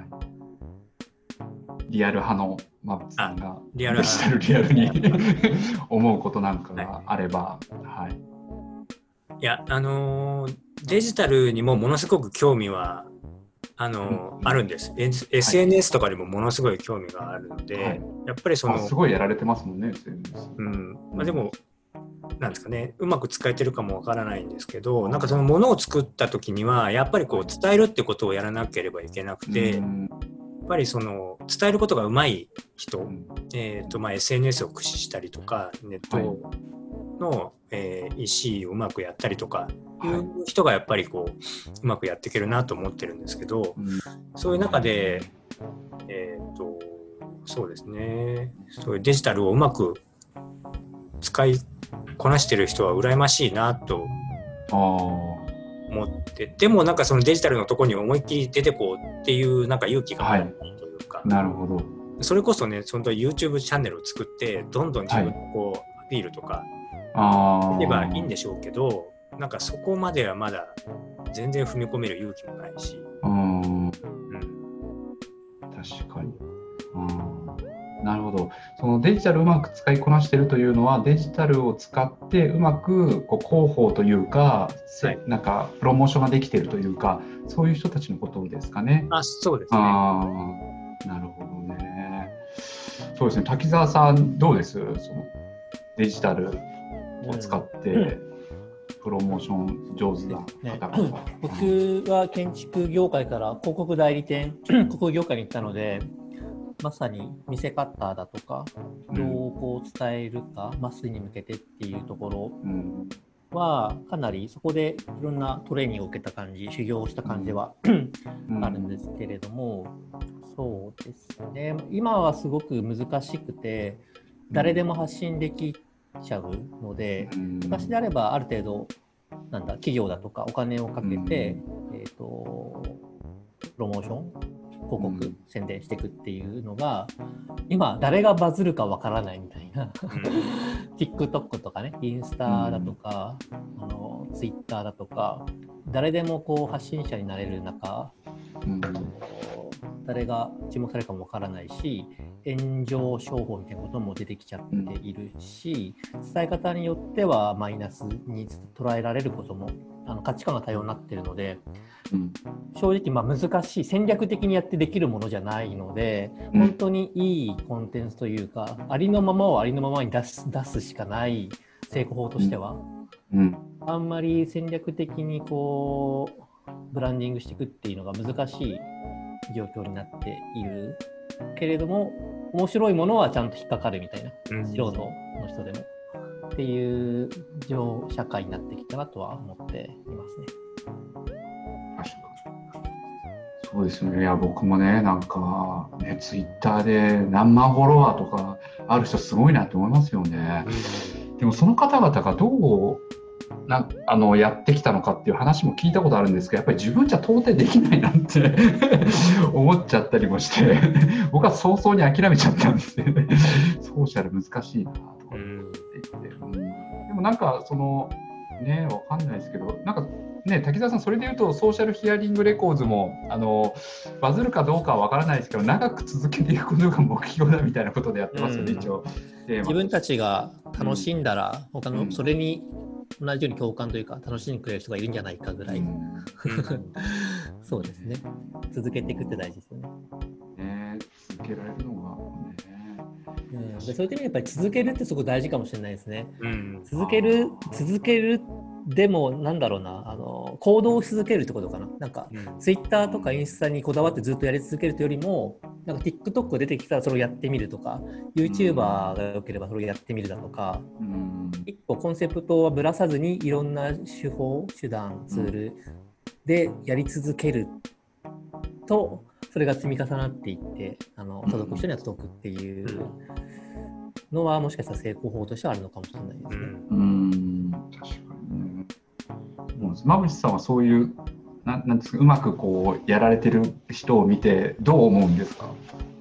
リアル派の馬淵さんがデジタルリアルに思うことなんかがあれば、はい、 いやあのー、デジタルにもものすごく興味はあの、うん、あるんです。エスエヌエス とかにもものすごい興味があるので、はい、やっぱりそのすごいやられてますもんね、エスエヌエス。 うん、まあ、でもなんですかね、うまく使えてるかもわからないんですけど、なんかそのものを作った時にはやっぱりこう伝えるってことをやらなければいけなくて、うん、やっぱりその伝えることがうまい人、うん、えーとまあ、エスエヌエス を駆使したりとかネットの、はい、えー、イーシー をうまくやったりとかいう人がやっぱりこううまくやっていけるなと思ってるんですけど、うん、そういう中で、えーと、そうですね、そういうデジタルをうまく使いこなしてる人は羨ましいなと思って、でもなんかそのデジタルのところに思いっきり出てこうっていうなんか勇気がないというか、 はい、なるほど。 それこそね、その YouTube チャンネルを作ってどんどん自分のこう、はい、アピールとかすればいいんでしょうけど、なんかそこまではまだ全然踏み込める勇気もないし、うん、うん、 確かに、うん、なるほど。そのデジタルをうまく使いこなしているというのは、デジタルを使ってうまくこう広報というか、はい、なんかプロモーションができているというか、そういう人たちのことですかね。 あ、そうですね。 あ、なるほどね。そうですね。滝沢さんどうです？そのデジタルを使って、うんうんプロモーション上手な方々、ね、 僕は建築業界から広告代理店広告業界に行ったので、まさに見せ方だとかどうこう伝えるか、うん、マスに向けてっていうところはかなりそこでいろんなトレーニングを受けた感じ、修行をした感じは、うん、あるんですけれども、そうですね、今はすごく難しくて誰でも発信できちゃうので、昔であればある程度なんだ企業だとかお金をかけて、うん、えーとプロモーション広告、うん、宣伝していくっていうのが今誰がバズるかわからないみたいな、うん、TikTok とかね、インスタだとか、うん、あの Twitter だとか誰でもこう発信者になれる中、うん、誰が注目されるかもわからないし、炎上商法みたいなことも出てきちゃっているし、伝え方によってはマイナスに捉えられることも、あの価値観が多様になっているので、うん、正直まあ難しい、戦略的にやってできるものじゃないので、うん、本当にいいコンテンツというか、ありのままをありのままに出す、出すしかない成功法としては、うんうん、あんまり戦略的にこうブランディングしていくっていうのが難しい状況になっているけれども、面白いものはちゃんと引っかかるみたいな、うん、素人の人でもっていう社会になってきたなとは思っていますね。 確かにそうですね。いや僕もね、なんかね、ツイッターで何万フォロワーとかある人すごいなと思いますよね。うん、でもその方々がどうなあのやってきたのかっていう話も聞いたことあるんですけど、やっぱり自分じゃ到底できないなって思っちゃったりもして僕は早々に諦めちゃったんですよねソーシャル難しいなとかって言って、うん、でもなんかそのね、わかんないですけど、なんかね、滝沢さんそれで言うとソーシャルヒアリングレコーズもあのバズるかどうかはわからないですけど、長く続けていくことが目標だみたいなことでやってますよね、うん、一応自分たちが楽しんだら、うん、他のそれに同じように共感というか楽しんでくれる人がいるんじゃないかぐらい、うん、そうですね、続けていくって大事ですよね。 ね、続けられるのがね、 うん、でそういう点でやっぱり続けるってすごく大事かもしれないですね。うん、続ける続けるでもなんだろうなあの行動をし続けるってことかな。なんか、うん、ツイッターとかインスタにこだわってずっとやり続けるというよりもなんか TikTok が出てきたらそれをやってみるとか YouTuber が良ければそれをやってみるだとか、うん、一個コンセプトはぶらさずにいろんな手法手段ツールでやり続けるとそれが積み重なっていってあの届く人には届くっていうのはもしかしたら成功法としてはあるのかもしれないですね。うん、確かにね。馬淵さんはそういうななんですかうまくこうやられてる人を見てどう思うんですか？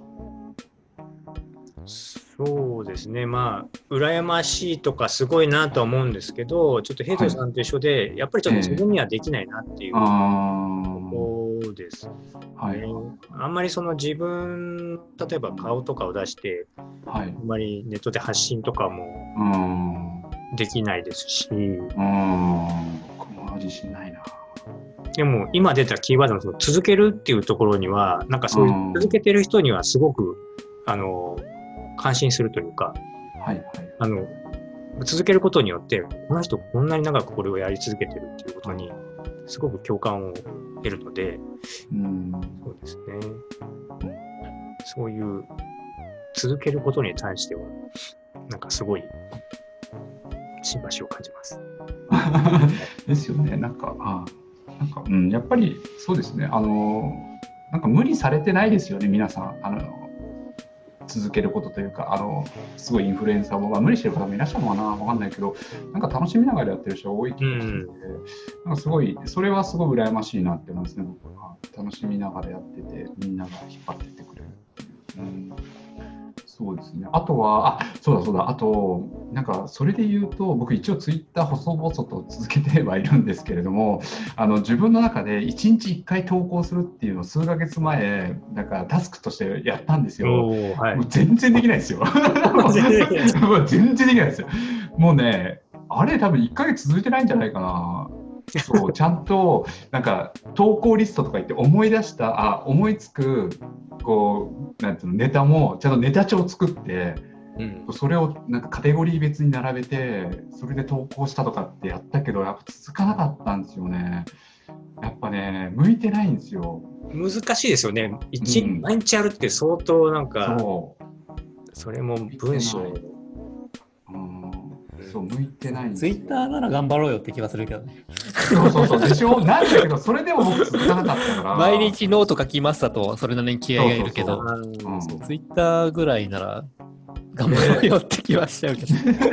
そうですね、まあ羨ましいとかすごいなとは思うんですけど、ちょっとヘイトさんと一緒で、はい、やっぱりちょっと自分にはできないなっていうところです、ね。はい、あんまりその自分例えば顔とかを出して、はい、あんまりネットで発信とかもできないですし、うん僕も自信ないな。 でも今出たキーワードのその続けるっていうところにはなんかそういう続けてる人にはすごくあの感心するというか、はいはい、あの続けることによってこの人こんなに長くこれをやり続けてるっていうことにすごく共感を得るので、うん、そうですね、うん、そういう続けることに対してはなんかすごいシンパシーを感じますですよね。なんかあなんか、うん、やっぱりそうですね。あのなんか無理されてないですよね皆さん。あの続けることというかあのすごいインフルエンサーも、まあ、無理してる方もいらっしゃるのかな分かんないけどなんか楽しみながらやってる人が多い気がしてて、うん、なんかすごいそれはすごい羨ましいなって思いますね。僕は楽しみながらやっててみんなが引っ張ってってくれるっていう、うん、そうですね。あとはあそうだそうだあとなんかそれで言うと僕一応ツイッター細々と続けてはいるんですけれどもあの自分の中でいちにちいっかい投稿するっていうのを数ヶ月前なんかタスクとしてやったんですよ、はい、もう全然できないですよもう全然できないですよ。もうねあれ多分いっかげつ続いてないんじゃないかな。そうちゃんとなんか投稿リストとか言って思い出したあ思いつくこうなんていうのネタもちゃんとネタ帳を作って、うん、それをなんかカテゴリー別に並べてそれで投稿したとかってやったけどやっぱ続かなかったんですよね。やっぱね向いてないんですよ。 難しいですよね。一、うん、毎日やるって相当なんか そ, それも文章そう向いてないんですよ。ツイッターなら頑張ろうよって気はするけどね。 そうそうそうでしょなんだけどそれでも僕続かなかったから毎日ノート書きますだとそれなりに気合がいるけどツイッターぐらいなら頑張ろうよって気はしちゃうけど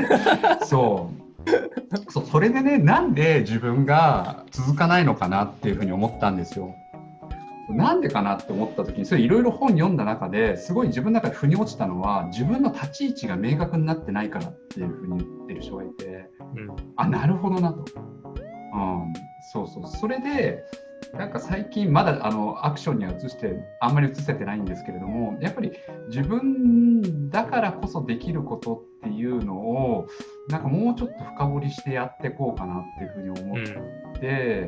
そうそうそれでねなんで自分が続かないのかなっていうふうに思ったんですよ。なんでかなって思った時にそれいろいろ本読んだ中ですごい自分の中で腑に落ちたのは自分の立ち位置が明確になってないからっていうふうに言ってる人がいて、うん、あなるほどなと、うん、そうそうそれでなんか最近まだあのアクションには移してあんまり移せてないんですけれどもやっぱり自分だからこそできることっていうのをなんかもうちょっと深掘りしてやっていこうかなっていうふうに思って、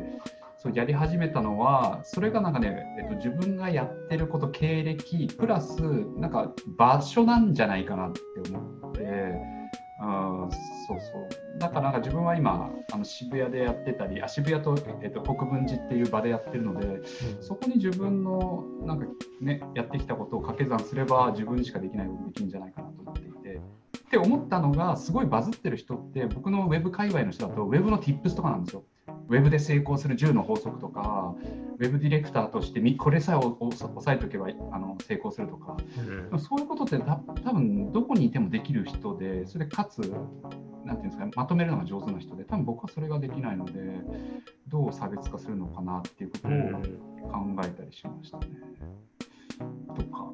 うんそうやり始めたのはそれがなんかね、えっと、自分がやってること経歴プラスなんか場所なんじゃないかなって思って、あそうそうだからなんか自分は今あの渋谷でやってたりあ渋谷と、えっと、国分寺っていう場でやってるので、うん、そこに自分のなんか、ね、やってきたことを掛け算すれば自分しかできないことできるんじゃないかなと思っていてって思ったのがすごいバズってる人って僕のウェブ界隈の人だとウェブの Tips とかなんですよ。ウェブで成功するじゅうの法則とかウェブディレクターとしてこれさえ押さえておけばあの成功するとか、うん、そういうことってた多分どこにいてもできる人でそれでかつなんていうんですか、まとめるのが上手な人で多分僕はそれができないのでどう差別化するのかなっていうことを考えたりしましたね、うん、とか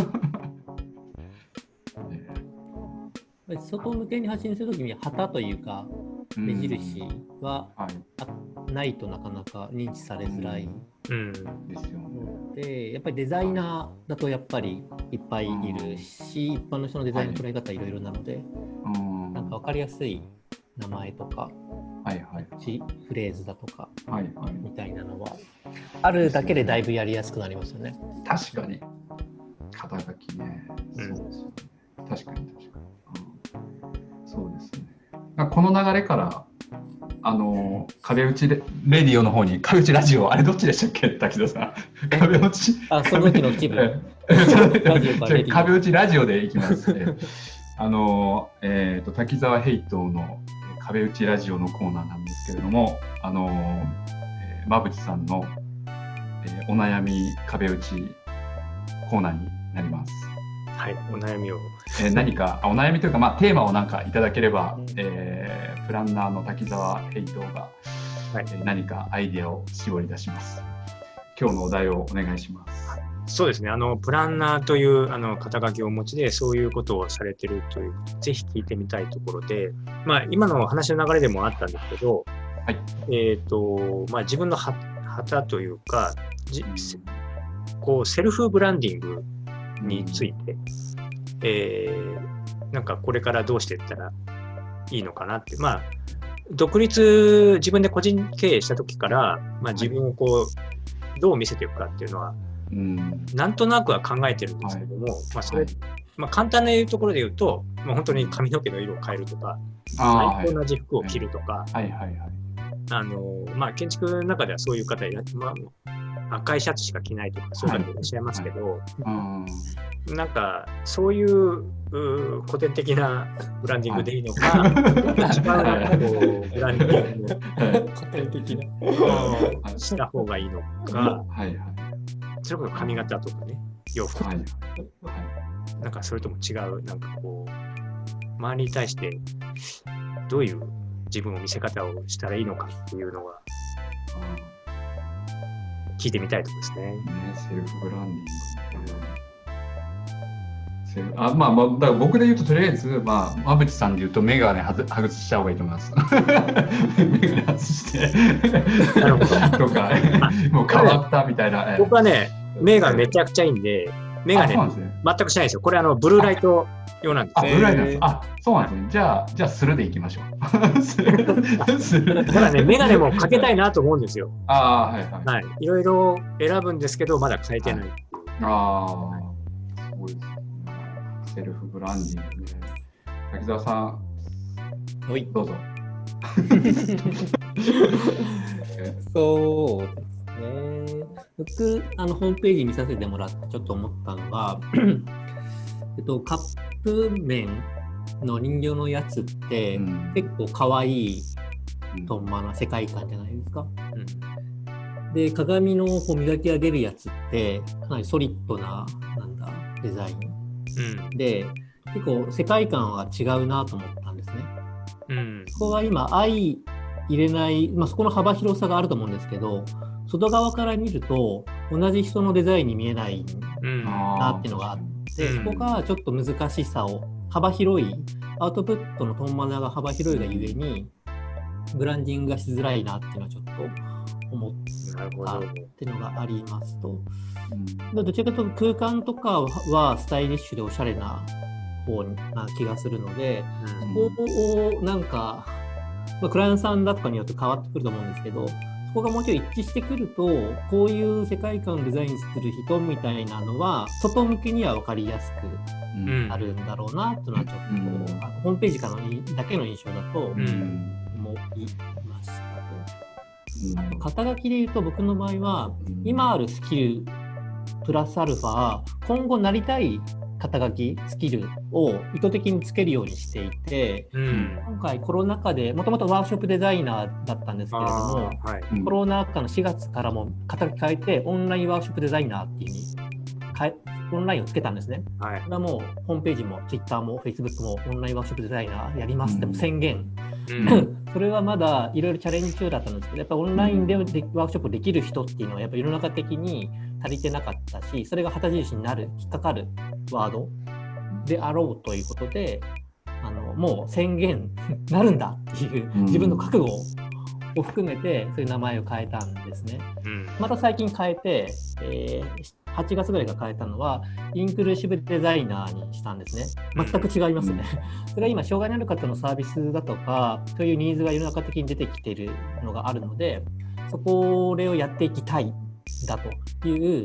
ね、外向けに発信するときに旗というか目印はないとなかなか認知されづらいので、やっぱりデザイナーだとやっぱりいっぱいいるし、一般の人のデザインの捉え方いろいろなので、なんか分かりやすい名前とか、はいはい、フレーズだとか、はいはい、みたいなのはあるだけでだいぶやりやすくなりますよね。 確かに肩書きね、うん、そうですよね。 確かに確かに、うん、そうですね。この流れからあの壁打ちレレディオの方に壁打ちラジオあれどっちでしたっけ滝田さん。壁打ちあその時の気分壁打ちラジオでいきますね。あのえっ、ー、と滝沢ヘイトの壁打ちラジオのコーナーなんですけれども、あの、えー、馬淵さんの、えー、お悩み壁打ちコーナーになります。 はい、お悩みを、 えー、何かお悩みというか、まあ、テーマを何かいただければ、えー、プランナーの滝沢ヘイトが、はい、えー、何かアイデアを絞り出します。今日のお題をお願いします。 そうですね、あのプランナーというあの肩書きをお持ちでそういうことをされているということでぜひ聞いてみたいところで、まあ、今の話の流れでもあったんですけど、はい、えーとまあ、自分の旗というかじこうセルフブランディングについて、えー、なんかこれからどうしていったらいいのかなって、まあ、独立自分で個人経営した時から、まあ、自分をこうどう見せていくかっていうのは、うん、なんとなくは考えてるんですけども、はい、まあそれまあ、簡単なところで言うと、まあ、本当に髪の毛の色を変えるとか、同じ服を着るとか、あのまあ、建築の中ではそういう方いらっしゃいます。赤いシャツしか着ないとかそういう方いらっしゃいますけど、はいはい、なんかそういう古典的なブランディングでいいのか、はい、違うなんかこうブランディングを古典的なした方がいいのか、はいはい、それこそ髪型とかね、洋服とか、はいはい、なんかそれとも違うなんかこう周りに対してどういう自分を見せ方をしたらいいのかっていうのが聞いてみたいところですね。 ね、セルフブランディング、セルあ、まあ、まあ、だから僕で言うととりあえず、まあ、馬淵さんで言うとメガネ外した方がいいと思います。メガネ外してなるほどとかもう変わったみたいな。 僕はね、メガネめちゃくちゃいいんで、メガネ全くしないですよ。これあのブルーライト用なんです。 あ、ブルーライトなんです。あ、そうなんですね。じゃあ、じゃあスルでいきましょう。スルだからね、メガネもかけたいなと思うんですよ。 ああ、はいはい。 はい。いろいろ選ぶんですけど、まだ変えてない。はい、 ああ、はい、すごいですね。セルフブランディングね。滝沢さん、 はい、 どうぞ。 そうですね。僕、あのホームページ見させてもらってちょっと思ったのが、えっと、カップ麺の人形のやつって、うん、結構かわいいトンマな世界観じゃないですか。うん、で、鏡のこう磨き上げるやつってかなりソリッドな、なんだデザイン、うん、で結構世界観は違うなと思ったんですね。うん、そこは今相入れない、まあ、そこの幅広さがあると思うんですけど、外側から見ると同じ人のデザインに見えないなっていうのがあって、うん、そこがちょっと難しさを、幅広いアウトプットのトンマナが幅広いがゆえにブランディングがしづらいなっていうのはちょっと思ったっていうのがありますと、うん、どちらかというと空間とかはスタイリッシュでおしゃれな方な気がするので、うん、そこをなんか、まあ、クライアントさんだとかによって変わってくると思うんですけど、そこがもうちょい一致してくると、こういう世界観をデザインする人みたいなのは外向けには分かりやすくなるんだろうなというのはちょっと、うん、あのホームページからのだけの印象だと思いましたと、うん、あと肩書きで言うと僕の場合は今あるスキルプラスアルファ今後なりたい肩書きスキルを意図的につけるようにしていて、うん、今回コロナ禍でもともとワークショップデザイナーだったんですけれども、はい、コロナ禍のしがつからも肩書き変えてオンラインワークショップデザイナーっていう風に変えオンラインをつけたんですね。はい、これはもうホームページもツイッターもフェイスブックもオンラインワークショップデザイナーやりますっても宣言、うん、それはまだいろいろチャレンジ中だったんですけど、やっぱオンラインでワークショップできる人っていうのはやっぱ世の中的に足りてなかったし、それが旗印になる引っかかるワードであろうということで、あのもう宣言なるんだっていう自分の覚悟を含めてそういう名前を変えたんですね。うん、また最近変えて、えー、はちがつぐらいから変えたのはインクルーシブデザイナーにしたんですね。全く違いますよね。それは今障害のある方のサービスだとかそういうニーズが世の中的に出てきているのがあるので、そこをやっていきたいだという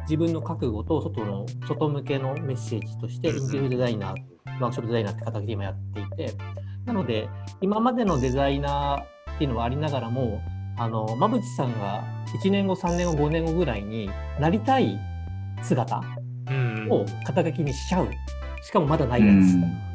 自分の覚悟と外の外向けのメッセージとしてインテリアデザイナー、ワークショップデザイナーって形で今やっていて、なので今までのデザイナーっていうのはありながらも、あの馬淵さんがいちねんごさんねんごごねんごぐらいになりたい姿を肩書きにしちゃう。しかもまだないやつ。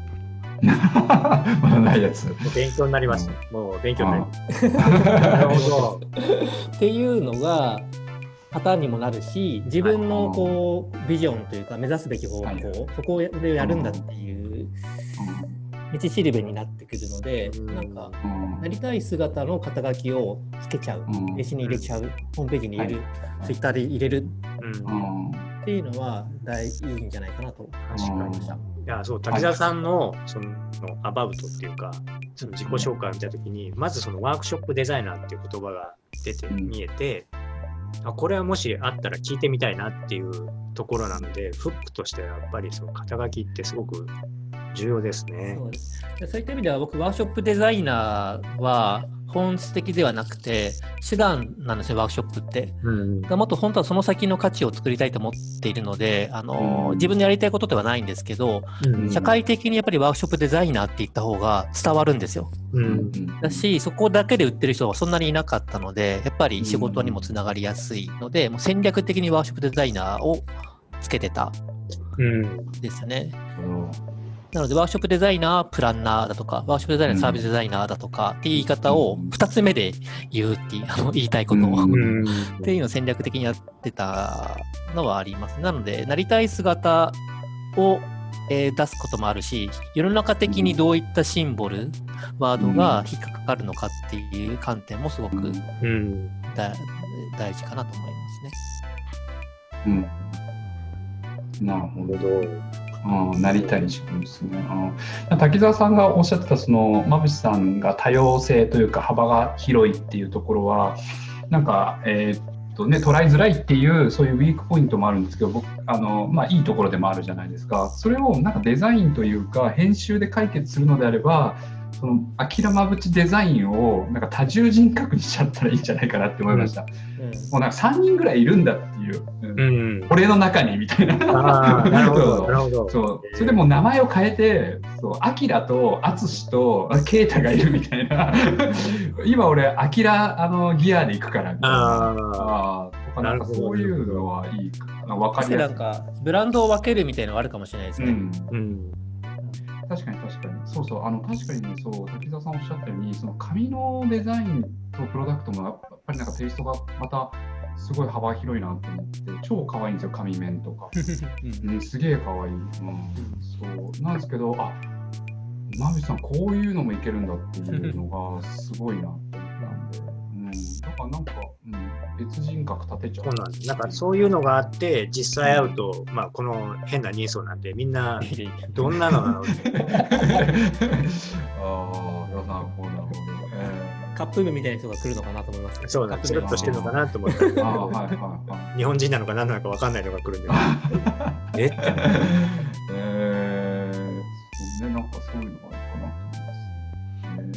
まだないやつ。 勉強になります。もう勉強になります。なるほど。 っていうのがパターンにもなるし、自分のこうビジョンというか目指すべき方向、はい、そこでやるんだっていう道しるべになってくるので、なんかなりたい姿の肩書きをつけちゃう、名刺に入れちゃう、ホームページに入れる、ツイッターで入れるっていうのは大いいんじゃないかなと思いました。 いや、そう、滝沢さんのそのアバウトっていうか、その自己紹介を見たときに、まずそのワークショップデザイナーっていう言葉が出て見えて、あ、これはもしあったら聞いてみたいなっていうところなので、フックとしてはやっぱりその肩書きってすごく重要ですね。 そうです。そういった意味では僕ワークショップデザイナーは本質的ではなくて手段なんですよ、ワークショップって、うん、もっと本当はその先の価値を作りたいと思っているので、あの、うん、自分でやりたいことではないんですけど、うん、社会的にやっぱりワークショップデザイナーって言った方が伝わるんですよ、うん、だしそこだけで売ってる人はそんなにいなかったので、やっぱり仕事にもつながりやすいので、もう戦略的にワークショップデザイナーをつけてたんですよね、うんなのでワークショップデザイナープランナーだとか、ワークショップデザイナーサービスデザイナーだとかっていう言い方をふたつめで言うっていう、あの言いたいことをっていうのを戦略的にやってたのはあります。なのでなりたい姿を、えー、出すこともあるし、世の中的にどういったシンボル、ワードが引っかかるのかっていう観点もすごくだ、大事かなと思いますね。 うん、なるほど。うん、なりたい自分ですね。うん、滝沢さんがおっしゃってたその馬淵さんが多様性というか幅が広いっていうところはなんか、えーっとね、捉えづらいっていうそういうウィークポイントもあるんですけど、僕あの、まあ、いいところでもあるじゃないですか。それをなんかデザインというか編集で解決するのであれば、そのアキラ馬淵デザインをなんか多重人格にしちゃったらいいんじゃないかなって思いました。うんうん、もうなんかさんにんぐらいいるんだっていう、うんうん、俺の中にみたいな。 あ、なるほど、なるほど。 そう、それでもう名前を変えて、そうアキラとアツシとケイタがいるみたいな。今俺アキラあのギアで行くからみたいな。ああ、とかなんかそういうのはいいかな、分かりやすい。 なんかブランドを分けるみたいなのがあるかもしれないですね。うんうん確かに確かにそうそうあの確かにねそう滝沢さんおっしゃったようにその紙のデザインとプロダクトもやっぱりなんかテイストがまたすごい幅広いなと思って超可愛いんですよ紙面とか、うん、すげえ可愛い、うん、そうなんですけどあ馬淵さんこういうのもいけるんだっていうのがすごいなと思ったんで、うん、だからなんか、うん別人格立てちゃう。 そうなんです。なんかそういうのがあって実際会うと、うん、まあこの変な人相なんでみんなどんなのなの？ああ、なるほどなるほど。 カップ麺みたいな人が来るのかなと思います、ね。 そうなんです。つるっとしてるのかなと思ったけど、はいはいはい、日本人なのか何なのか分かんないのが来るんで。えって。 えー、そうねなんかそういうのがあるかなと思います。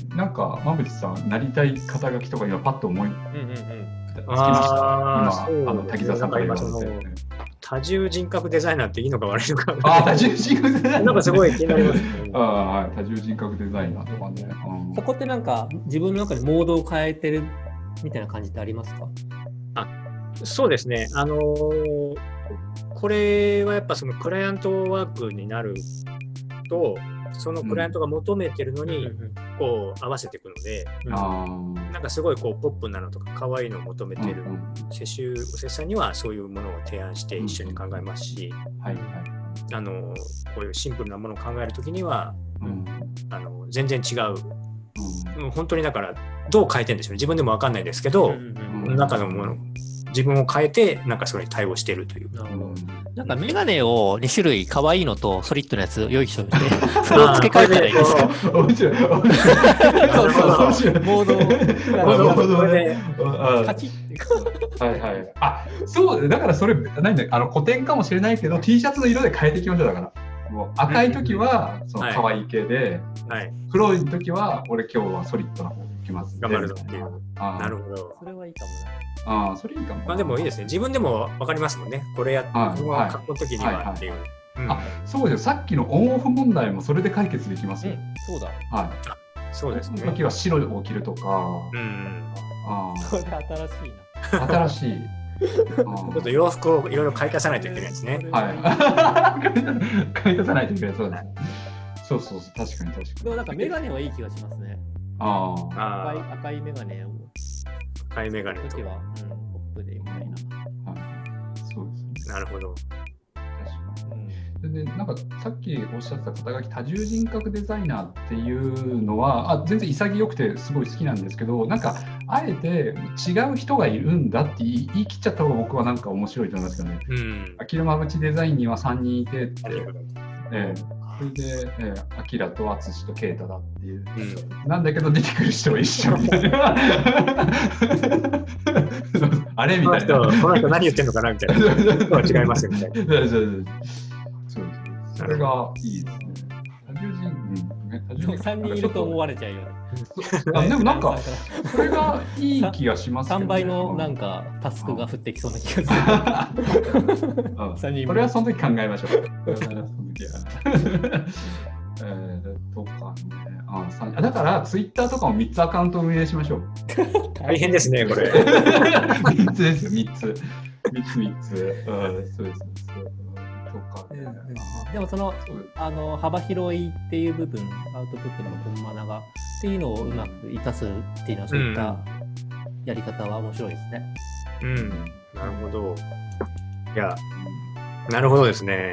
えー、なんか馬淵さんなりたい肩書きとか今パッと思い。うんうんうんつきました。今あの滝沢さんから言われて、 多重人格デザイナーっていいのか悪いのか。 あ多重人格デザイナー。 なんかすごい気になります、ね。 あはい多重人格デザイナーとかね、 うん。そこってなんか自分の中でモードを変えてるみたいな感じってありますか？ あそうですね。あのー、これはやっぱそのクライアントワークになると。そのクライアントが求めてるのにこう合わせていくので、うん、なんかすごいこうポップなのとか可愛いのを求めてる接種お施主さんにはそういうものを提案して一緒に考えますし、はいはい、あのこういうシンプルなものを考えるときには、うん、あの全然違う、うん、本当にだからどう変えてるんでしょうね。自分でも分かんないですけど、うんうん、中のもの自分を変えてなんかそれに対応しているという。 なんかメガネをに種類可愛いのとソリッドのやつ用意しておいてそれを付け替えたらいいですか？面白い。そうそうそう。モードを。モードでカチッ。はいはい。あそうだからそれ何だあの古典かもしれないけど T シャツの色で変えていきましょうだから。もう赤い時はその可愛い系で、はい、黒い時は俺今日はソリッドな方。 きます、 頑張るぞっていう。なるほど。 それはいいかもな。ああ、それいいかも。 まあでもいいですね。自分でも分かりますもんね。これやって、この格好の時にはっていう。 あ、そうですよ。さっきのオンオフ問題もそれで解決できますよ。 そうだ。 はい。 そうですね。 時は白を着るとか。 うん。 ああ。それ新しいな。新しい。 ちょっと洋服をいろいろ買い足さないといけないですね。 はい。買い足さないといけない。そうです。そうそうそう。確かに確かに。 でもなんかメガネはいい気がしますね。 ああ。赤い赤いメガネを。 赤いメガネの時は、うん、ポップでみたいな。 はい。そうですね。 なるほど。 でなんかさっきおっしゃってた肩書き多重人格デザイナーっていうのはあ全然潔くてすごい好きなんですけど、なんかあえて違う人がいるんだって言い切っちゃった方が僕はなんか面白いと思いますけどね。あきらまぶちデザインにはさんにんいてって、えー、それで、えー、あきらとあつしとけいただっていう、うん、なんだけど出てくる人は一緒みたいなあれみたいな、 この人何言ってんのかなみたいな違いますよみたいなそれがいいですね。多重人、 うん、さんにんいると思われちゃうよね。 あでもなんかそれがいい気がしますけど、ね、さんばいのなんかタスクが降ってきそうな気がする。 それはその時考えましょう。えー、とかねあさだからツイッターとかもみっつアカウント運営しましょう。 大変ですねこれ。 みっつですよみっつ。みっつみっつ。うんそうですとか、ねうん、でもそのあの幅広いっていう部分アウトプットのコンマ長っていうのをうまく生かすっていうのはそういったやり方は面白いですね。 うん、うん、なるほど。いや、なるほどですね。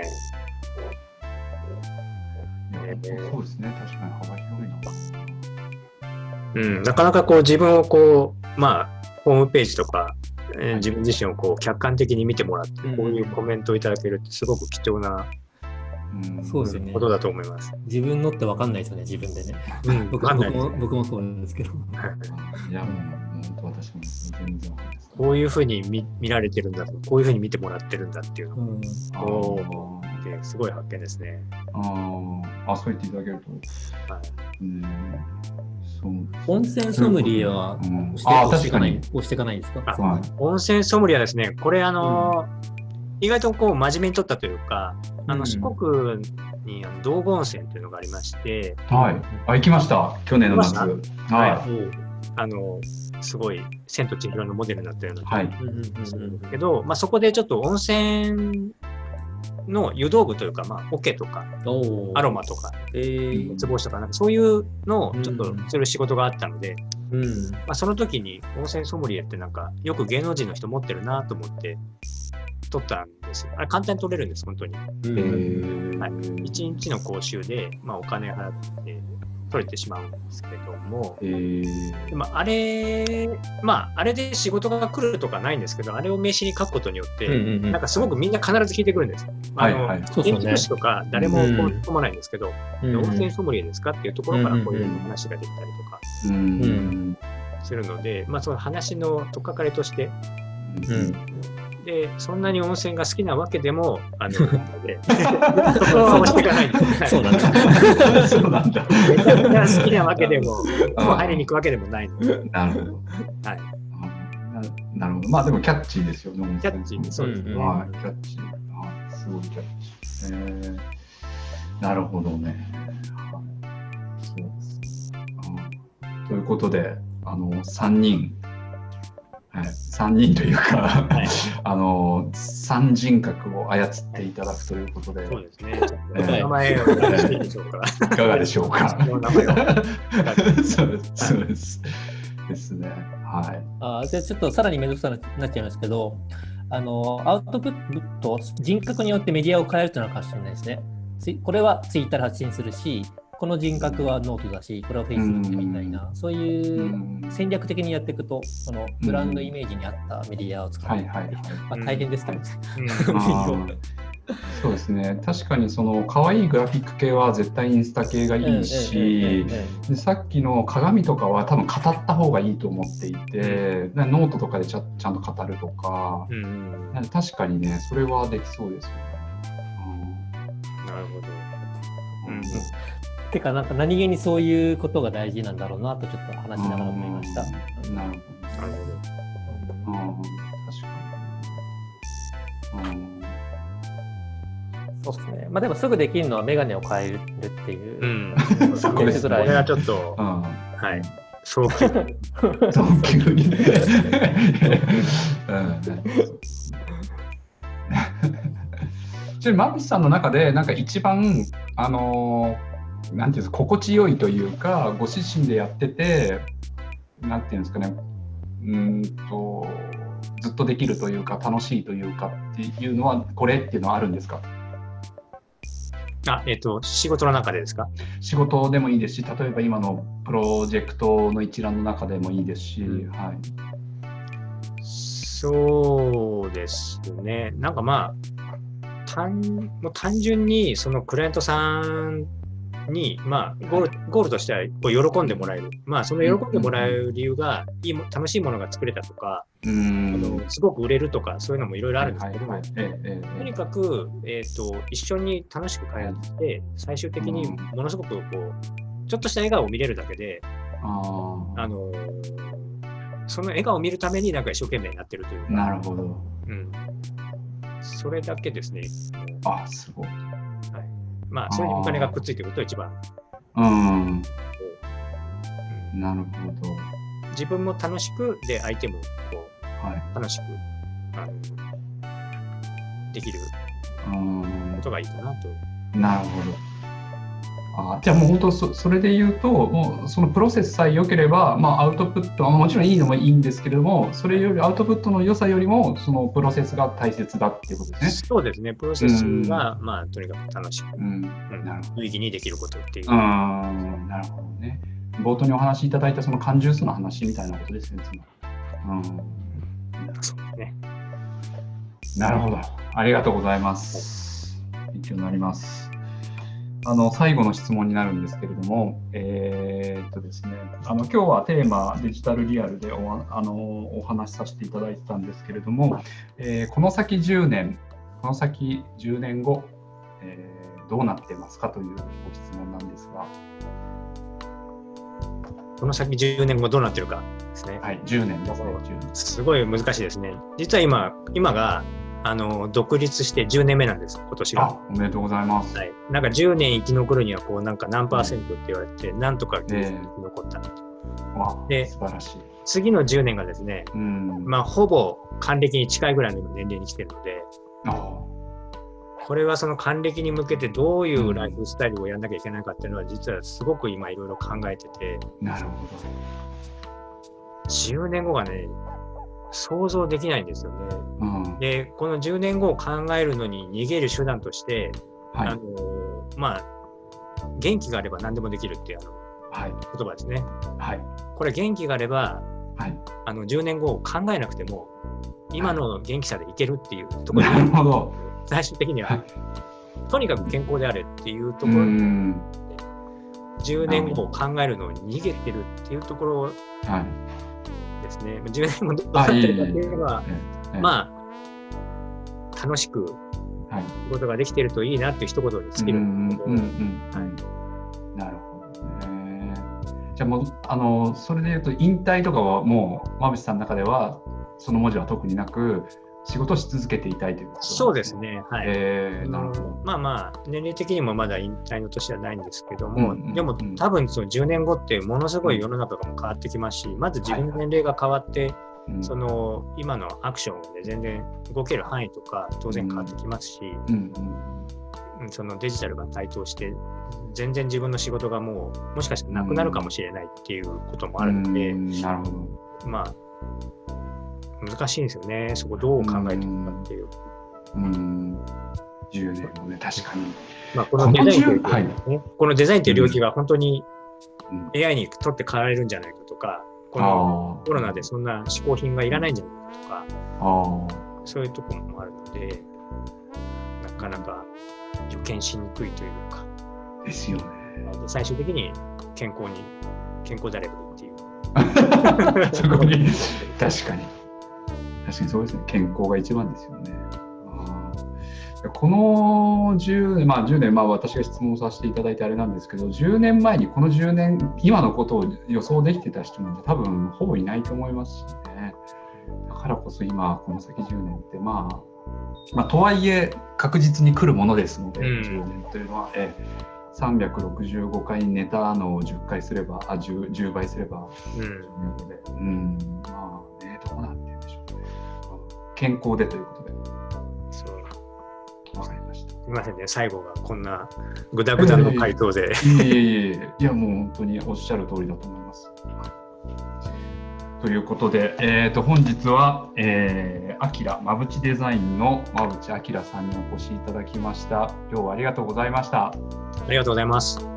そうですね、確かに幅広いな。 うん、なかなかこう自分をこうまあホームページとかえー、自分自身をこう客観的に見てもらってこういうコメントをいただけるってすごく貴重な、 うん、そうですよね、 ことだと思います。 自分のって分かんないですよね自分でね。 うん、 僕, 僕, も僕もそうなんですけど。 いやもう本当私も全然こういうふうに 見, 見られてるんだとこういうふうに見てもらってるんだっていうのを、うん、すごい発見ですね。 ああそう言っていただけると。はい、うん温泉ソムリエは押していかないんですか？ あ、温泉ソムリエはですね、これあの、うん、意外とこう真面目に取ったというか、あの、うん、四国に道後温泉というのがありまして、 はい、あ行きました去年の夏。はい、 はい、あのすごい千と千尋のモデルになったようなはいけど、まあそこでちょっと温泉の湯道具というか、まあ、桶とかアロマとかつぼしとかなんかそういうのをちょっとする仕事があったので、うんうんまあ、その時に温泉ソムリエってなんかよく芸能人の人持ってるなと思って取ったんですよ。あれ簡単に取れるんです本当に。はい、いちにちの講習で、まあ、お金払って取れてしまうんですけども、でもあれまああれで仕事が来るとかないんですけど、あれを名刺に書くことによって、うんうんうん、なんかすごくみんな必ず聞いてくるんですよ。あの、はいはい、建築士とか誰も込まないんですけど、うんうん、温泉ソムリエですかっていうところからこういう話ができたりとか、うんうん、するので、まあその話の取っかかりとして。うんでそんなに温泉が好きなわけでもあのでそうしていかないんです。 そうなんだ。 そうなんだ。めちゃくちゃ好きなわけでも、もう入りに行くわけでもないので。 なるほど。 はい。 なるほど。まあでもキャッチーですよね。 キャッチーそうですね。 はい。キャッチー。はい。すごいキャッチー。えー、なるほどね。そうです。ということで、あのさんにん。はい、さんにんというか、はい、あの三人格を操っていただくということで、 そうですね。えー、名前をお話していいでしょうか。 いかがでしょうか。 名前をそうです。そうです。ですね。はい。 あ、じゃあちょっとさらに面倒くさくなっちゃいますけど、あのアウトプット人格によってメディアを変えるというのはかもしれないですね。これはツイッターで発信するし。この人格はノートだし、これはフェイスブックみたいな、そういう戦略的にやっていくと、そのブランドイメージに合ったメディアを使っていく、まあ、大変ですけど、 そうですね。確かにその可愛いグラフィック系は絶対インスタ系がいいし、でさっきの鏡とかは多分語った方がいいと思っていて、ノートとかでちゃ、ちゃんと語るとか、確かにね、それはできそうですよね。 うん、なるほど。うんてか、なんか何気にそういうことが大事なんだろうなとちょっと話しながら思いました。なるほど。なるほど。うん、確かに。うん、そうですね。まあでもすぐできるのはメガネを変えるっていう。うん。 そこですぐらい。これはちょっと、うん、はい。早急に。 早急に。ちなみに、マビさんの中で、なんか一番、あのー、なんていうんですか、心地よいというか、ご自身でやってて、なんていうんですかね、うんと、ずっとできるというか、楽しいというかっていうのは、これっていうのはあるんですか？ あ、えっと、仕事の中でですか？ 仕事でもいいですし、例えば今のプロジェクトの一覧の中でもいいですし、うん、はい。 そうですね。なんかまあ、単もう単純にそのクライアントさんに、まあ、ゴール、ゴールとしてはこう喜んでもらえる。まあ、その喜んでもらえる理由が、いいも楽しいものが作れたとか、うんあのすごく売れるとか、そういうのもいろいろあるんですけども、とにかく、えーと、一緒に楽しく開発して、最終的にものすごくこう、ちょっとした笑顔を見れるだけで、ああのその笑顔を見るためになんか一生懸命になってるというか。 なるほど。うん、 それだけですね。 あ、すごい。 まあ、それにお金がくっついてくると一番。 うん。うん、なるほど。 自分も楽しく、で、相手もこう、はい、楽しくあのできることがいいかなと。 なるほど。あ、じゃあもう本当 そ, それで言うと、もうそのプロセスさえ良ければ、まあ、アウトプットはもちろんいいのもいいんですけれども、それよりアウトプットの良さよりもそのプロセスが大切だっていうことですね。 そうですね。プロセスが、うん、まあとにかく楽しく、うん、なるほど、有意義にできることっていう。 うん、なるほどね。冒頭にお話しいただいたその缶ジュースの話みたいなことですね。うん、 そうですね。 なるほど。ありがとうございます。勉強になります。あの最後の質問になるんですけれども、えーっとですね、あの今日はテーマデジタルリアルで お, あのお話しさせていただいてたんですけれども、えー、この先じゅうねん、この先じゅうねんご、えー、どうなってますかというご質問なんですが。 この先じゅうねんごどうなってるかですね。 はい、じゅうねんですね。じゅうねんすごい難しいですね。実は今、今があの独立してじゅうねんめなんです、今年が。 あ、おめでとうございます。 はい、なんかじゅうねん生き残るにはこうなんか何パーセントって言われて、うん、なんとか生き残ったと。 えー、で、素晴らしい。 次のじゅうねんがですね、うん、まあほぼ還暦に近いぐらいの年齢に来てるので、あ、これはその還暦に向けてどういうライフスタイルをやらなきゃいけないかっていうのは実はすごく今いろいろ考えてて。 なるほど。 じゅうねんごがね、想像できないんですよね。うん、で、このじゅうねんごを考えるのに逃げる手段として、はい、あのまあ、元気があれば何でもできるっていうあの、はい、言葉ですね。はい、これ元気があれば、はい、あのじゅうねんごを考えなくても今の元気さでいけるっていうところに、 なるほど、 最終的には、はい、とにかく健康であれっていうところに、じゅうねんごを考えるのを逃げてるっていうところ、はい、ですね。じゅうねんごどうなってるかっていうのは、まあ、楽しく仕事ができているといいなっていう一言に尽きるんですけど、 なるほどね。じゃあもう、あの、それでいうと、引退とかはもう、馬渕さんの中では、その文字は特になく、仕事をし続けていたいということですね。 そうですね。はい。 えー、なるほど。 まあまあ、年齢的にもまだ引退の年はないんですけども、うんうんうん、でも多分そのじゅうねんごってものすごい世の中がも変わってきますし、まず自分の年齢が変わって、はいはい、その今のアクションで全然動ける範囲とか当然変わってきますし、うんうん、そのデジタルが台頭して、全然自分の仕事がもうもしかしたらなくなるかもしれないっていうこともあるので、うんうん、なるほど。まあ難しいんですよね。そこどう考えていくかっていう。 うん、じゅうねんもね、確かに。 まあ、このデザインという、ね、はい、このデザインという領域が本当に エーアイ にとって変われるんじゃないかとか、このコロナでそんな嗜好品がいらないんじゃないかとか、あ、そういうところもあるので、なかなか予見しにくいというか。 ですよね。 で最終的に健康に、健康であればいいっていう。 そこに、確かに。確かにそうですね。健康が一番ですよね。あ、 このじゅうねん、まあ、じゅうねん、まあ、私が質問させていただいてあれなんですけど、じゅうねんまえにこのじゅうねん、今のことを予想できてた人なんて多分ほぼいないと思いますしね。だからこそ今、この先じゅうねんって、まあ、まあ、とはいえ確実に来るものですので、うん、じゅうねんというのは、えさんびゃくろくじゅうごかい寝たのをじゅっかいすれば、あ 10, じゅうばいすれば、うん、でうん、まあね、どうなってるんでしょうね。健康でということで。 わかりました。すみませんね、最後がこんなグダグダの回答で。 いえいえいえ、いやもう本当におっしゃる通りだと思います。ということで、えー、と本日は、えー、アキラまぶちデザインの馬淵明さんにお越しいただきました。今日はありがとうございました。 ありがとうございます。